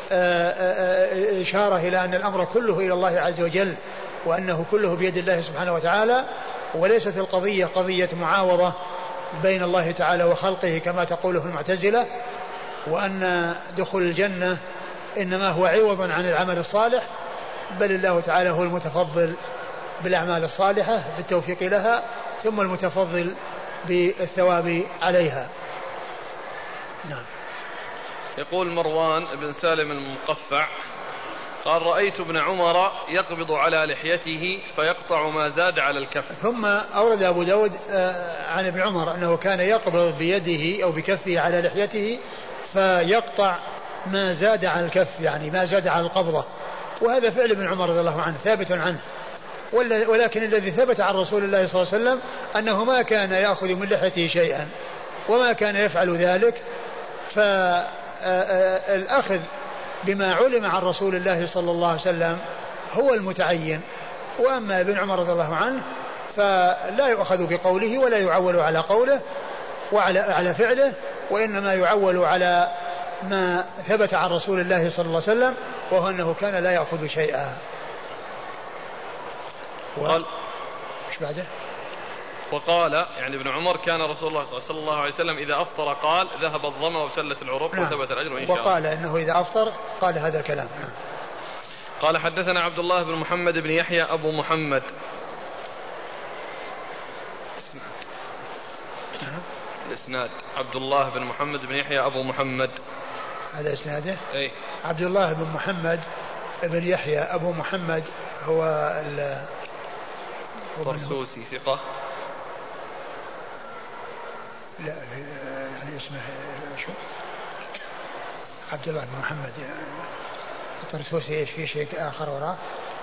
إشارة إلى أن الأمر كله إلى الله عز وجل وأنه كله بيد الله سبحانه وتعالى، وليست القضية قضية معاوضة بين الله تعالى وخلقه كما تقوله المعتزلة، وأن دخول الجنة إنما هو عوض عن العمل الصالح، بل الله تعالى هو المتفضل بالأعمال الصالحة بالتوفيق لها ثم المتفضل بالثواب عليها. نعم. يقول مروان بن سالم المقفع قال: رأيت ابن عمر يقبض على لحيته فيقطع ما زاد على الكف. ثم أورد أبو داود عن ابن عمر أنه كان يقبض بيده أو بكفه على لحيته فيقطع ما زاد على الكف، يعني ما زاد على القبضة. وهذا فعل ابن عمر رضي الله عنه ثابت عنه، ولكن الذي ثبت عن رسول الله صلى الله عليه وسلم أنه ما كان يأخذ من لحيته شيئا وما كان يفعل ذلك، فالأخذ بما علم عن رسول الله صلى الله عليه وسلم هو المتعين. وأما ابن عمر رضي الله عنه فلا يؤخذ بقوله ولا يعول على قوله وعلى على فعله، وإنما يعول على ما ثبت عن رسول الله صلى الله عليه وسلم، وهو أنه كان لا يأخذ شيئا. قال ايش بعده؟ وقال يعني ابن عمر كان رسول الله صلى الله عليه وسلم إذا أفطر قال ذهب الظمأ وابتلت العروق نعم. وثبت الأجر إن شاء الله. وقال إنه إذا أفطر قال هذا الكلام. نعم. قال حدثنا عبد الله بن محمد بن يحيى أبو محمد. نعم. الإسناد عبد الله بن محمد بن يحيى أبو محمد، هذا إسناده. أي عبد الله بن محمد بن يحيى أبو محمد هو ال طرسوسي ثقة. لا يعني اسمه شو عبد الله بن محمد الطرسوسي. ايش في شيء آخر وراه؟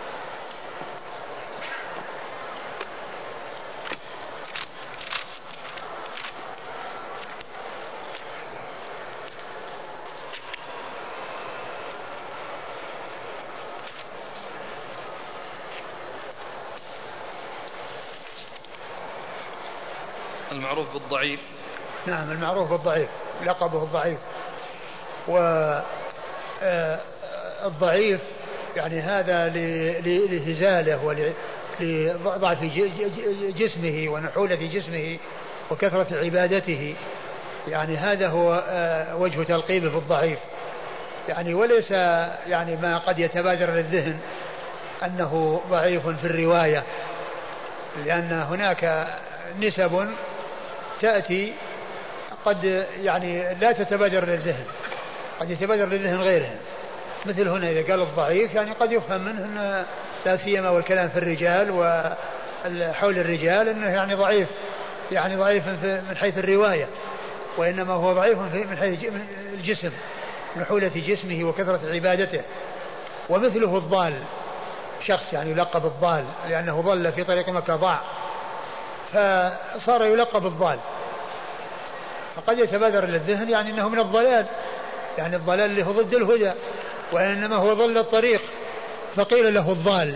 المعروف بالضعيف. نعم المعروف بالضعيف، لقبه الضعيف. والضعيف يعني هذا لهزاله ولضعف جسمه ونحولة جسمه وكثرة عبادته، يعني هذا هو وجه تلقيبه بالضعيف يعني، وليس يعني ما قد يتبادر للذهن أنه ضعيف في الرواية، لأن هناك نسب تأتي قد يعني لا تتبادر للذهن، قد يتبادر للذهن غيرها، مثل هنا إذا قال الضعيف يعني قد يفهم منه أن لا سيما والكلام في الرجال وحول الرجال أنه يعني ضعيف، يعني ضعيف من حيث الرواية، وإنما هو ضعيف من حيث الجسم، نحولة جسمه وكثرة عبادته. ومثله الضال، شخص يعني يلقب الضال لأنه ضل في طريق مكة ضاع فصار يلقب الضال، فقد يتبادر للذهن يعني أنه من الضلال، يعني الضلال اللي هو ضد الهدى، وإنما هو ضل الطريق فقيل له الضال.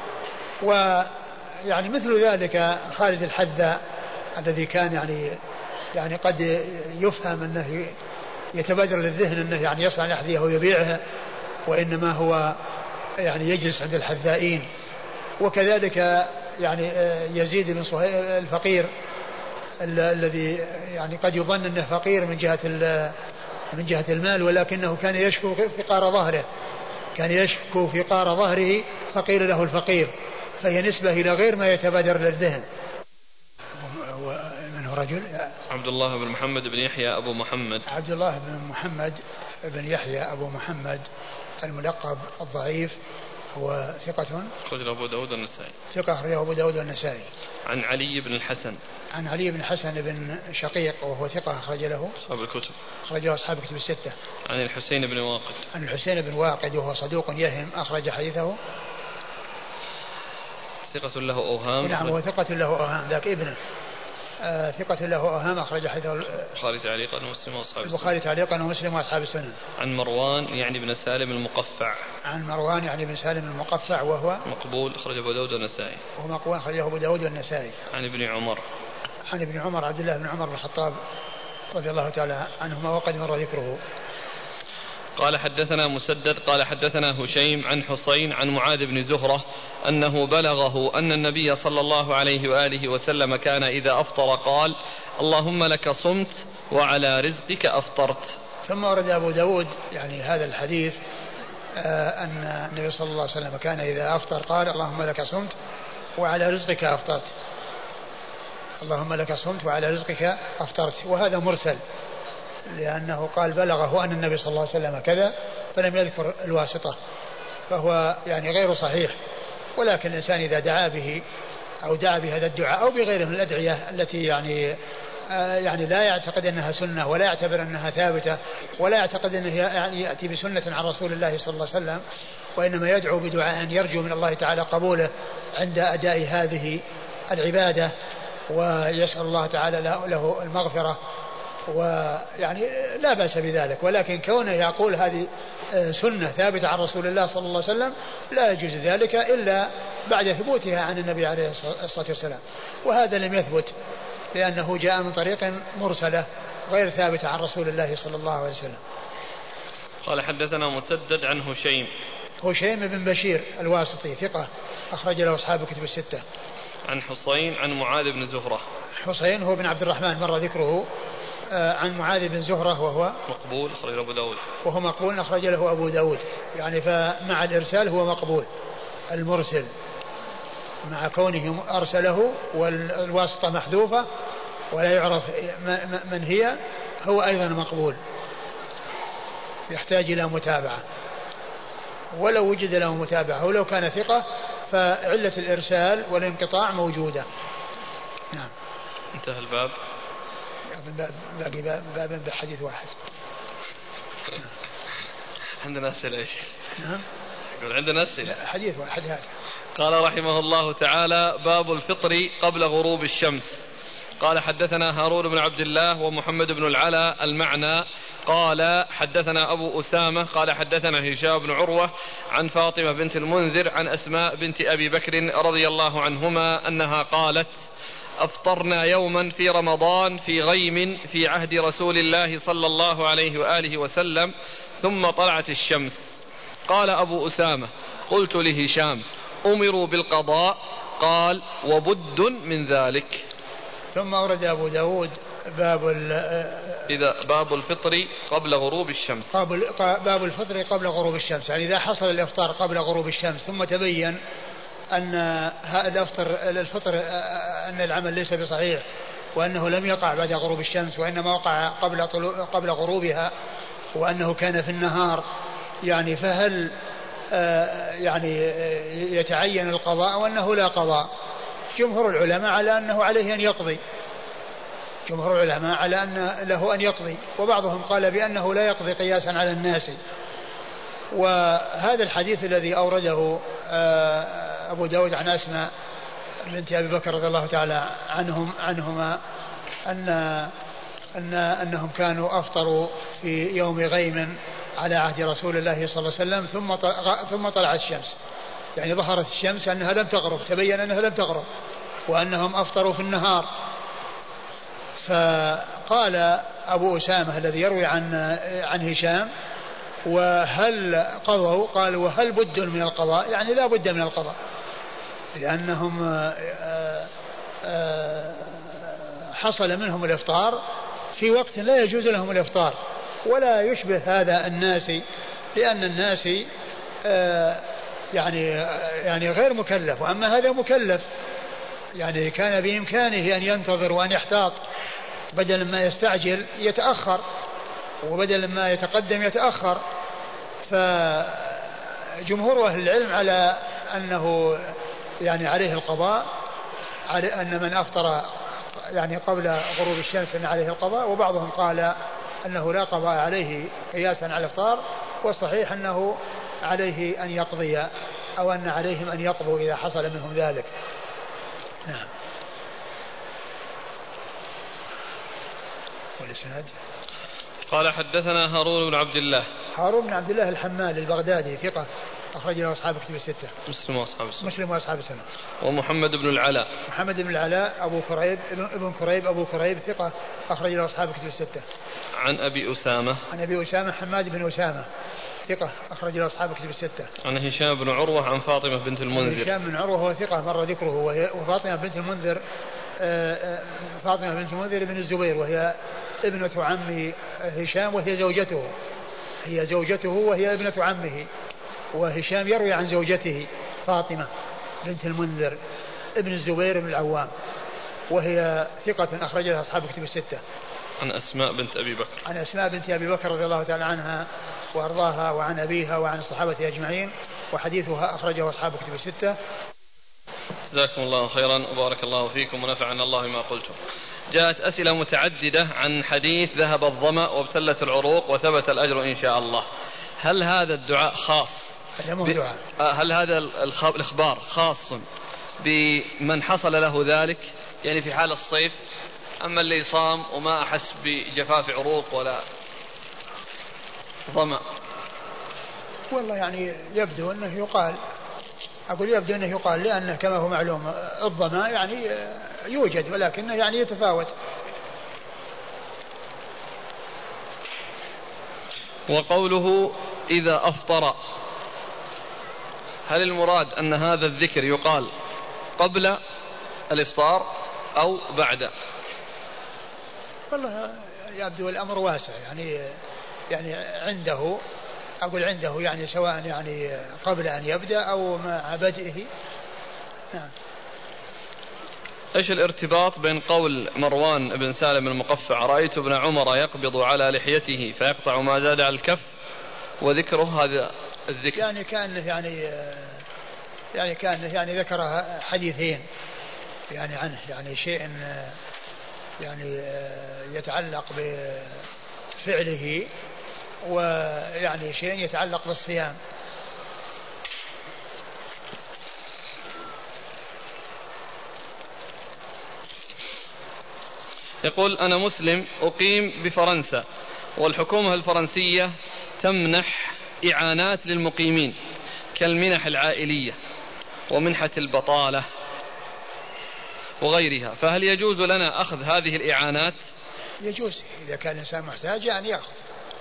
ويعني مثل ذلك خالد الحذاء الذي كان يعني يعني قد يفهم أنه يتبادر للذهن أنه يعني يصنع الأحذية ويبيعها، وإنما هو يعني يجلس عند الحذائين. وكذلك يعني يزيد بن صهيب الفقير الذي يعني قد يظن أنه فقير من جهة من جهة المال، ولكنه كان يشكو فقار ظهره، كان يشكو فقار ظهره فقيل له الفقير، فهي نسبة إلى غير ما يتبادر للذهن. من هو رجل؟ عبد الله بن محمد بن يحيى أبو محمد. عبد الله بن محمد بن يحيى أبو محمد الملقب الضعيف، هو ثقة أخرجه أبو داود والنسائي. ثقة أخرجه أبو داود والنسائي. عن علي بن الحسن. عن علي بن الحسن بن شقيق وهو ثقة أخرج له أصحاب الكتب. أخرجه أصحاب الكتب الستة. عن الحسين بن واقد. عن الحسين بن واقد وهو صدوق يهم أخرج حديثه. ثقة له أوهام. نعم هو ثقة له أوهام، ذاك ابنه آه ثقة له أوهام أخرج حديثه البخاري تعليقا ومسلم وأصحاب السنن. البخاري تعليقا ومسلم وأصحاب السنن. عن مروان يعني بن سالم المقفع. عن مروان يعني بن سالم المقفع وهو مقبول أخرج أبو داود والنسائي. وهو مقبول أخرجه أبو داود والنسائي. عن ابن عمر. عن ابن عمر عبد الله بن عمر بن الخطاب رضي الله تعالى عنهما وقد مر ذكره. قال حدثنا مسدد قال حدثنا هشيم عن حسين عن معاذ بن زهرة أنه بلغه أن النبي صلى الله عليه وآله وسلم كان إذا أفطر قال اللهم لك صمت وعلى رزقك أفطرت. ثم ورد أبو داود يعني هذا الحديث آه أن النبي صلى الله عليه وسلم كان إذا أفطر قال اللهم لك صمت وعلى رزقك أفطرت، اللهم لك صمت وعلى رزقك أفطرت. وهذا مرسل لأنه قال بلغه أن النبي صلى الله عليه وسلم كذا فلم يذكر الواسطة، فهو يعني غير صحيح. ولكن الإنسان إذا دعا به أو دعا بهذا الدعاء أو بغيره من الأدعية التي يعني آه يعني لا يعتقد أنها سنة ولا يعتبر أنها ثابتة ولا يعتقد أنه يعني يأتي بسنة عن رسول الله صلى الله عليه وسلم، وإنما يدعو بدعاء يرجو من الله تعالى قبوله عند أداء هذه العبادة ويسأل الله تعالى له المغفرة ويعني لا بأس بذلك، ولكن كونه يقول هذه سنة ثابتة عن رسول الله صلى الله عليه وسلم لا يجوز ذلك إلا بعد ثبوتها عن النبي عليه الصلاة والسلام، وهذا لم يثبت لأنه جاء من طريق مرسلة غير ثابتة عن رسول الله صلى الله عليه وسلم. قال حدثنا مسدد عن هشيم هشيم بن بشير الواسطي ثقة أخرج له أصحاب الكتب الستة. عن حسين عن معاذ بن زهرة. حسين هو بن عبد الرحمن مر ذكره. عن معاذ بن زهرة وهو مقبول أخرج له أبو داود. وهو مقبول أخرج له أبو داود، يعني فمع الإرسال هو مقبول المرسل مع كونه أرسله والواسطة محذوفة ولا يعرف من هي، هو أيضا مقبول يحتاج إلى متابعة، ولو وجد له متابعة ولو كان ثقة فعلة الإرسال والانقطاع موجودة. نعم. انتهى الباب. باقي باب, باب بحديث واحد. عندنا أسئلة إيش؟ نعم. يقول عندنا أسئلة. حديث واحد هذا. قال رحمه الله تعالى: باب الفطر قبل غروب الشمس. قال حدثنا هارون بن عبد الله ومحمد بن العلاء المعنى. قال حدثنا أبو أسامة قال حدثنا هشام بن عروة عن فاطمة بنت المنذر عن أسماء بنت أبي بكر رضي الله عنهما أنها قالت: أفطرنا يوما في رمضان في غيم في عهد رسول الله صلى الله عليه وآله وسلم ثم طلعت الشمس. قال أبو أسامة: قلت لهشام: أمروا بالقضاء؟ قال: وبد من ذلك. ثم أورد أبو داود باب إذا باب الفطر قبل غروب الشمس. باب الفطر قبل غروب الشمس، يعني إذا حصل الإفطار قبل غروب الشمس ثم تبين أن الفطر الفطر أن العمل ليس بصحيح وأنه لم يقع بعد غروب الشمس وإنما وقع قبل قبل غروبها وأنه كان في النهار، يعني فهل يعني يتعين القضاء وأنه لا قضاء؟ جمهور العلماء على أنه عليه أن يقضي، جمهور العلماء على أن له أن يقضي، وبعضهم قال بأنه لا يقضي قياسا على الناس. وهذا الحديث الذي أورده أبو داود عن أسماء بنت أبي بكر رضي الله تعالى عنهم عنهما أن أن أنهم كانوا أفطروا في يوم غيم على عهد رسول الله صلى الله عليه وسلم ثم ثم طلعت الشمس، يعني ظهرت الشمس أنها لم تغرب، تبين أنها لم تغرب وأنهم أفطروا في النهار. فقال أبو أسامة الذي يروي عن عن هشام: وهل قضوا؟ قال: وهل بد من القضاء؟ يعني لا بد من القضاء، لأنهم حصل منهم الإفطار في وقت لا يجوز لهم الإفطار، ولا يشبه هذا الناس، لأن الناس يعني يعني غير مكلف، وأما هذا مكلف، يعني كان بإمكانه أن ينتظر وأن يحتاط، بدل ما يستعجل يتأخر، وبدل ما يتقدم يتأخر. فجمهور أهل العلم على أنه يعني عليه القضاء، على أن من أفطر يعني قبل غروب الشمس أن عليه القضاء، وبعضهم قال أنه لا قضاء عليه قياسا على الإفطار، والصحيح أنه عليه أن يقضي، أو أن عليهم أن يقضوا إذا حصل منهم ذلك. نعم. والإسناد. قال حدثنا هارون بن عبد الله. هارون بن عبد الله الحمال البغدادي ثقة أخرج له أصحاب كتب الستة. مسلم وأصحاب السنة. مسلم وأصحاب السنة. ومحمد بن العلاء. محمد بن العلاء أبو كريب ابن كريب أبو كريب ثقة أخرج له أصحاب كتب الستة. عن أبي أسامة. عن أبي أسامة حماد بن أسامة ثقة أخرج له أصحاب كتب الستة. عن هشام بن عروة عن فاطمة بنت المنذر. هشام بن عروة هو ثقة مر ذكره، وفاطمة بنت المنذر فاطمة بنت المنذر بن الزبير، وهي ابنة عم هشام وهي زوجته، هي زوجته وهي ابنة عمه، وهشام يروي عن زوجته فاطمة بنت المنذر ابن الزبير بن العوام، وهي ثقة أخرج لها أصحاب كتب الستة. عن أسماء بنت أبي بكر. عن أسماء بنت أبي بكر رضي الله تعالى عنها وأرضاها، وعن أبيها وعن الصحابة أجمعين، وحديثها أخرجه أصحاب كتب الستة. جزاكم الله خيرا وبارك الله فيكم ونفعنا الله ما قلتم. جاءت أسئلة متعددة عن حديث ذهب الظمأ وابتلت العروق وثبت الأجر إن شاء الله. هل هذا الدعاء خاص ب... هل هذا الإخبار خاص بمن حصل له ذلك، يعني في حال الصيف أما اللي صام وما أحس بجفاف عروق ولا ظمأ؟ والله يعني يبدو أنه يقال، أقول يبدو أنه يقال لأنه كما هو معلوم الظمأ يعني يوجد ولكنه يعني يتفاوت. وقوله إذا أفطر، هل المراد أن هذا الذكر يقال قبل الإفطار أو بعد؟ والله يبدو الأمر واسع، يعني يعني عنده، أقول عنده يعني سواء يعني قبل أن يبدأ أو مع بدئه. نعم. إيش الارتباط بين قول مروان بن سالم المقفع رأيت ابن عمر يقبض على لحيته فيقطع ما زاد على الكف وذكره هذا الذكر؟ يعني كان يعني يعني كان يعني ذكر حديثين يعني عنه، يعني شيء يعني يتعلق بفعله ويعني شيء يتعلق بالصيام. يقول أنا مسلم أقيم بفرنسا والحكومة الفرنسية تمنح إعانات للمقيمين كالمنح العائلية ومنحة البطالة وغيرها، فهل يجوز لنا أخذ هذه الإعانات؟ يجوز إذا كان الإنسان محتاج يعني يأخذ.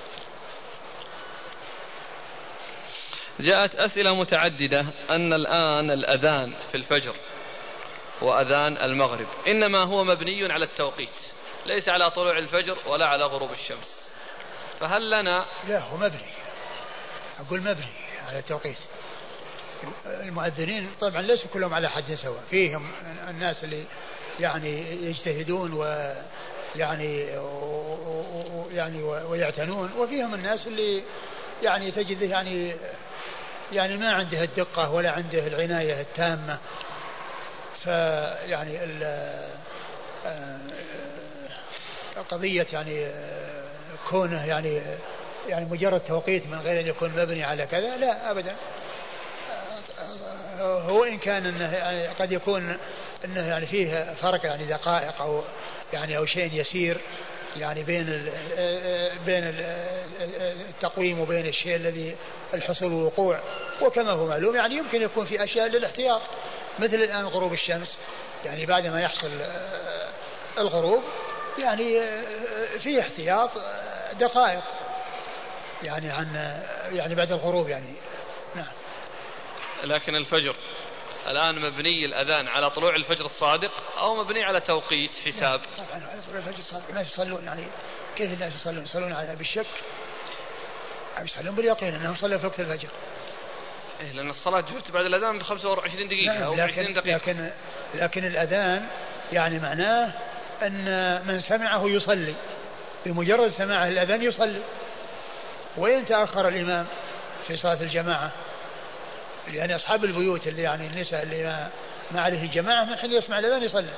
جاءت أسئلة متعددة أن الآن الأذان في الفجر وأذان المغرب إنما هو مبني على التوقيت ليس على طلوع الفجر ولا على غروب الشمس، فهل لنا؟ لا هو مبني، أقول مبني على التوقيت. المؤذنين طبعا ليسوا كلهم على حد سواء، فيهم الناس اللي يعني يجتهدون ويعني يعني ويعتنون، وفيهم الناس اللي يعني تجده يعني يعني ما عنده الدقة ولا عنده العناية التامة. فيعني قضية يعني كونه يعني يعني مجرد توقيت من غير أن يكون مبني على كذا لا أبدا. هو إن كان إنه يعني قد يكون إنه يعني فيه فرق يعني دقائق أو يعني أو شيء يسير يعني بين بين التقويم وبين الشيء الذي الحصول والوقوع، وكما هو معلوم يعني يمكن يكون في أشياء للاحتياط مثل الآن غروب الشمس، يعني بعد ما يحصل الغروب يعني في احتياط دقائق يعني عن يعني بعد الغروب يعني. نعم. لكن الفجر الآن مبني الأذان على طلوع الفجر الصادق أو مبني على توقيت حساب؟ طبعا على طلوع الفجر الصادق. الناس يصلون يعني كيف الناس يصلون؟ يصلون على بالشك أو يصلون باليقين أنهم صلوا في وقت الفجر. إيه لأن الصلاة جبت بعد الأذان بخمسة وعشرين دقيقة نعم. أو لكن عشرين دقيقة. لكن لكن الأذان يعني معناه أن من سمعه يصلي، بمجرد سماعه الأذان يصلي. وين تأخر الإمام في صلاة الجماعة؟ يعني أصحاب البيوت اللي يعني النساء اللي ما, ما عليه الجماعة من حين يسمع الأذان يصلي.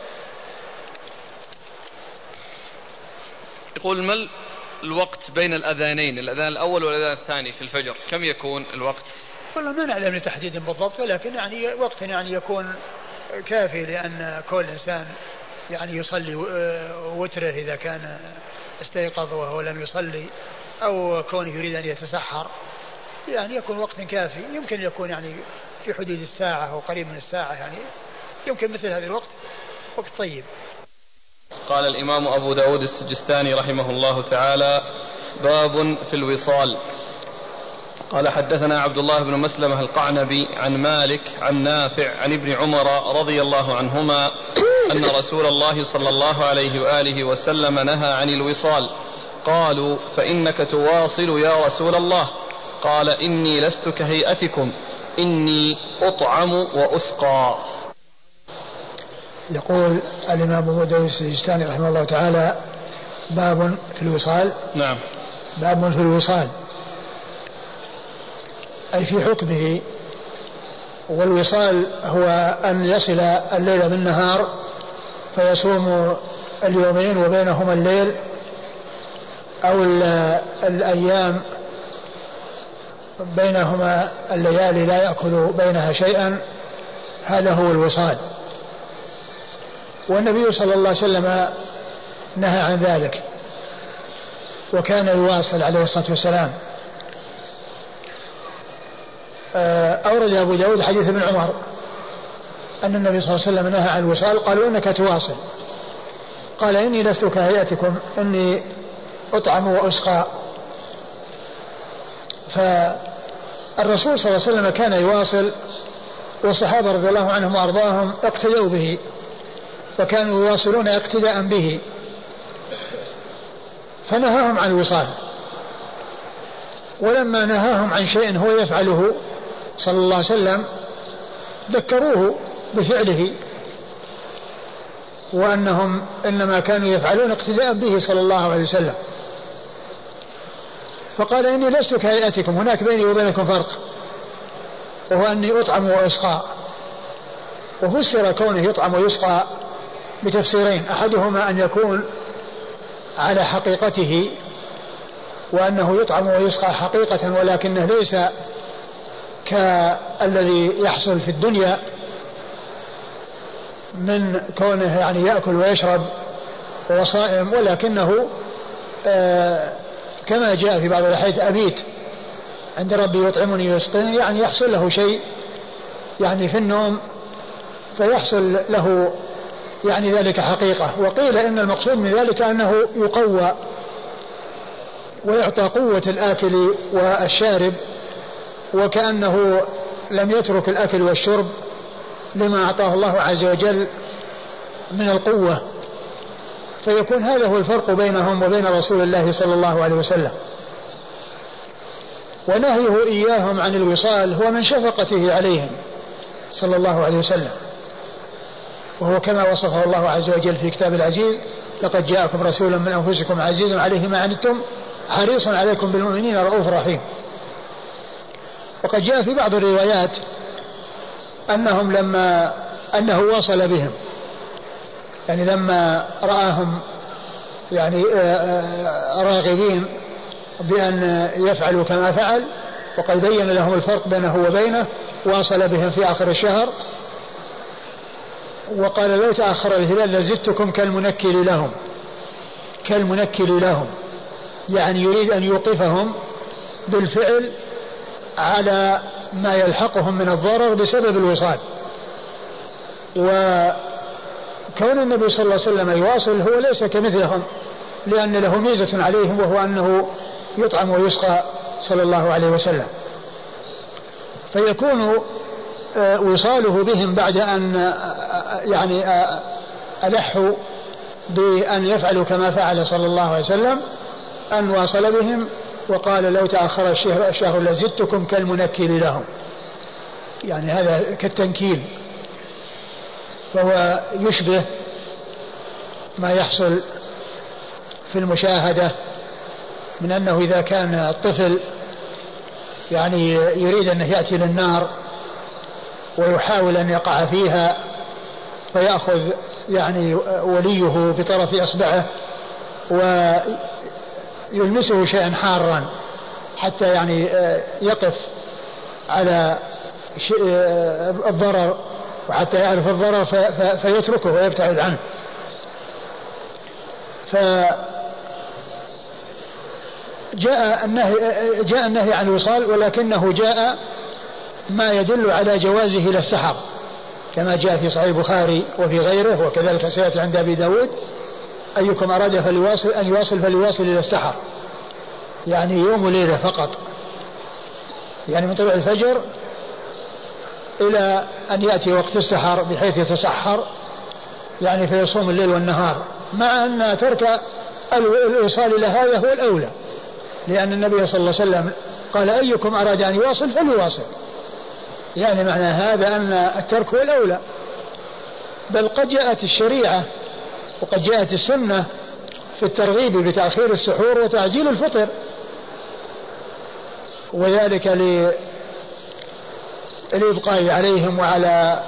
يقول ما الوقت بين الأذانين، الأذان الأول والأذان الثاني في الفجر كم يكون الوقت؟ والله ما نعلم لتحديد بالضبط، ولكن يعني وقت يعني يكون كافي لأن كل إنسان يعني يصلي وتره إذا كان استيقظ وهو لم يصلي أو كونه يريد أن يتسحر، يعني يكون وقت كافي. يمكن يكون يعني في حدود الساعة أو قريب من الساعة، يعني يمكن مثل هذا الوقت وقت طيب. قال الإمام أبو داود السجستاني رحمه الله تعالى: باب في الوصال. قال حدثنا عبد الله بن مسلمة القعنبي عن مالك عن نافع عن ابن عمر رضي الله عنهما أن رسول الله صلى الله عليه وآله وسلم نهى عن الوصال. قالوا: فإنك تواصل يا رسول الله؟ قال: إني لست كهيئتكم، إني أطعم وأسقى. يقول الإمام أبو داود السجستاني رحمه الله تعالى: باب في الوصال. نعم. باب في الوصال أي في حكمه. والوصال هو أن يصل الليل بالنهار فيصوم اليومين وبينهما الليل، أو الأيام بينهما الليالي لا يأكل بينها شيئا، هذا هو الوصال. والنبي صلى الله عليه وسلم نهى عن ذلك وكان يواصل عليه الصلاة والسلام. أورد أبو داود حديث ابن عمر أن النبي صلى الله عليه وسلم نهى عن الوصال. قالوا إنك تواصل. قال إني لست كهيئتكم إني أطعم وأسقى. فالرسول صلى الله عليه وسلم كان يواصل والصحابة رضي الله عنهم وأرضاهم اقتدوا به فكانوا يواصلون اقتداء به فنهاهم عن الوصال. ولما نهاهم عن شيء هو يفعله صلى الله عليه وسلم ذكروه بفعله وأنهم إنما كانوا يفعلون اقتداء به صلى الله عليه وسلم. فقال إني لست كهيئتكم هناك بيني وبينكم فرق وهو أني أطعم وأسقى. وفسر كونه يطعم ويسقى بتفسيرين أحدهما أن يكون على حقيقته وأنه يطعم ويسقى حقيقة ولكنه ليس كالذي يحصل في الدنيا من كونه يعني يأكل ويشرب وصائم ولكنه آه كما جاء في بعض الأحاديث أبيت عند ربي يطعمني ويسقيني يعني يحصل له شيء يعني في النوم فيحصل له يعني ذلك حقيقة. وقيل إن المقصود من ذلك أنه يقوى ويعطى قوة الآكل والشارب وكأنه لم يترك الأكل والشرب لما أعطاه الله عز وجل من القوة. فيكون هذا هو الفرق بينهم وبين رسول الله صلى الله عليه وسلم. ونهيه إياهم عن الوصال هو من شفقته عليهم صلى الله عليه وسلم وهو كما وصفه الله عز وجل في كتاب العزيز لقد جاءكم رسول من أنفسكم عزيز عليه ما عنتم حريص عليكم بالمؤمنين رؤوف رحيم. وقد جاء في بعض الروايات أنهم لما أنه وصل بهم يعني لما رآهم يعني راغبين بأن يفعلوا كما فعل وقد بين لهم الفرق بينه وبينه واصل بهم في آخر الشهر وقال لو تأخر الهلال لزدتكم كالمنكل لهم كالمنكل لهم يعني يريد أن يوقفهم بالفعل على ما يلحقهم من الضرر بسبب الوصال. وكون النبي صلى الله عليه وسلم يواصل هو ليس كمثلهم لأن له ميزة عليهم وهو أنه يطعم ويسقى صلى الله عليه وسلم. فيكون وصاله بهم بعد أن يعني ألحوا بأن يفعلوا كما فعل صلى الله عليه وسلم أن واصل بهم وقال لو تأخر الشهر, الشهر لزدتكم كالمنكل لهم يعني هذا كالتنكيل. فهو يشبه ما يحصل في المشاهدة من أنه إذا كان الطفل يعني يريد أن يأتي للنار ويحاول أن يقع فيها فيأخذ يعني وليه بطرف أصبعه ويلمسه شيئا حارا حتى يعني يقف على الضرر وحتى يعرف الضرر فيتركه ويبتعد عنه. فجاء النهي جاء النهي عن الوصال ولكنه جاء ما يدل على جوازه إلى السحر كما جاء في صحيح البخاري وفي غيره وكذلك سيأتي عند أبي داود أيكم أراد فليواصل أن يواصل فليواصل إلى السحر يعني يوم وليلة فقط يعني من طلوع الفجر إلى أن يأتي وقت السحر بحيث يتسحر يعني فيصوم الليل والنهار مع أن ترك الوصال إلى هذا هو الأولى لأن النبي صلى الله عليه وسلم قال أيكم أراد أن يواصل فليواصل يعني معنى هذا أن الترك هو الأولى. بل قد جاءت الشريعة وقد جاءت السنة في الترغيب بتأخير السحور وتعجيل الفطر وذلك للإبقاء عليهم وعلى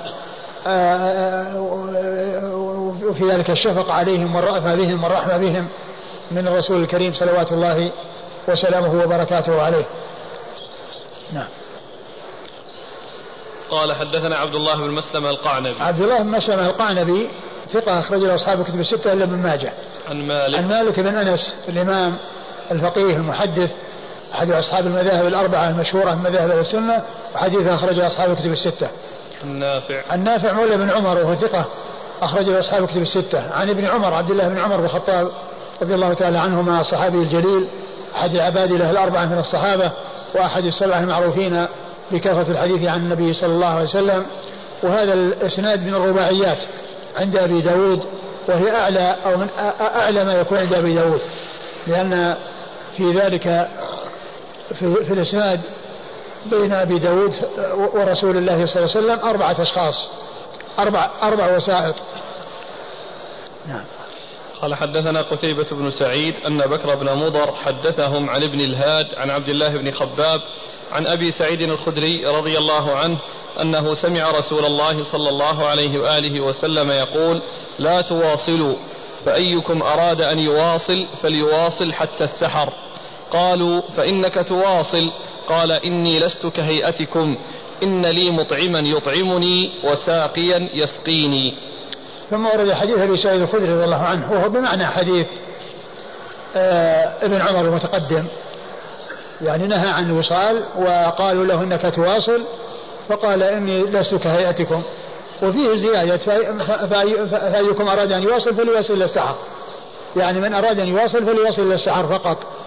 وفي ذلك الشفقة عليهم والرأفة بهم والرحمة بهم من الرسول الكريم صلوات الله وسلامه وبركاته عليه. نعم. قال حدثنا عبد الله بن مسلمة القعنبي. عبد الله بن مسلمة القعنبي ثقة أخرج له أصحاب الكتب الستة إلا ابن ماجه. عن مالك عن مالك بن أنس الإمام الفقيه المحدث أحد أصحاب المذاهب الأربعة المشهورة من مذاهب السنة وحديث أخرجه أصحاب الكتب الستة. النافع عن نافع مولى بن عمر وهو ثقة أخرجه أصحاب الكتب الستة. عن ابن عمر عبد الله بن عمر بن الخطاب رضي الله تعالى عنهما الصحابي الجليل أحد العبادلة الأربعة من الصحابة وأحد السبعة المعروفين بكثرة الحديث عن النبي صلى الله عليه وسلم. وهذا الإسناد من الرباعيات عند أبي داود وهي أعلى أو من أعلى ما يكون عند أبي داود لأن في ذلك في, في الإسناد بين أبي داود ورسول الله صلى الله عليه وسلم أربعة أشخاص أربع, أربع وسائط. نعم. قال حدثنا قتيبة بن سعيد أن بكر بن مضر حدثهم عن ابن الهاد عن عبد الله بن خباب عن أبي سعيد الخدري رضي الله عنه أنه سمع رسول الله صلى الله عليه وآله وسلم يقول لا تواصلوا فأيكم أراد أن يواصل فليواصل حتى السحر. قالوا فإنك تواصل. قال إني لست كهيئتكم إن لي مطعما يطعمني وساقيا يسقيني. ثم ورد حديث أبي سعيد الخدري رضي الله عنه وهو بمعنى حديث آه ابن عمر المتقدم يعني نهى عن الوصال وقالوا له إنك تواصل فقال إني لست كهيئتكم. وفيه زيادة فأيكم أراد أن يواصل فليواصل إلى السحر يعني من أراد أن يواصل فليواصل إلى السحر فقط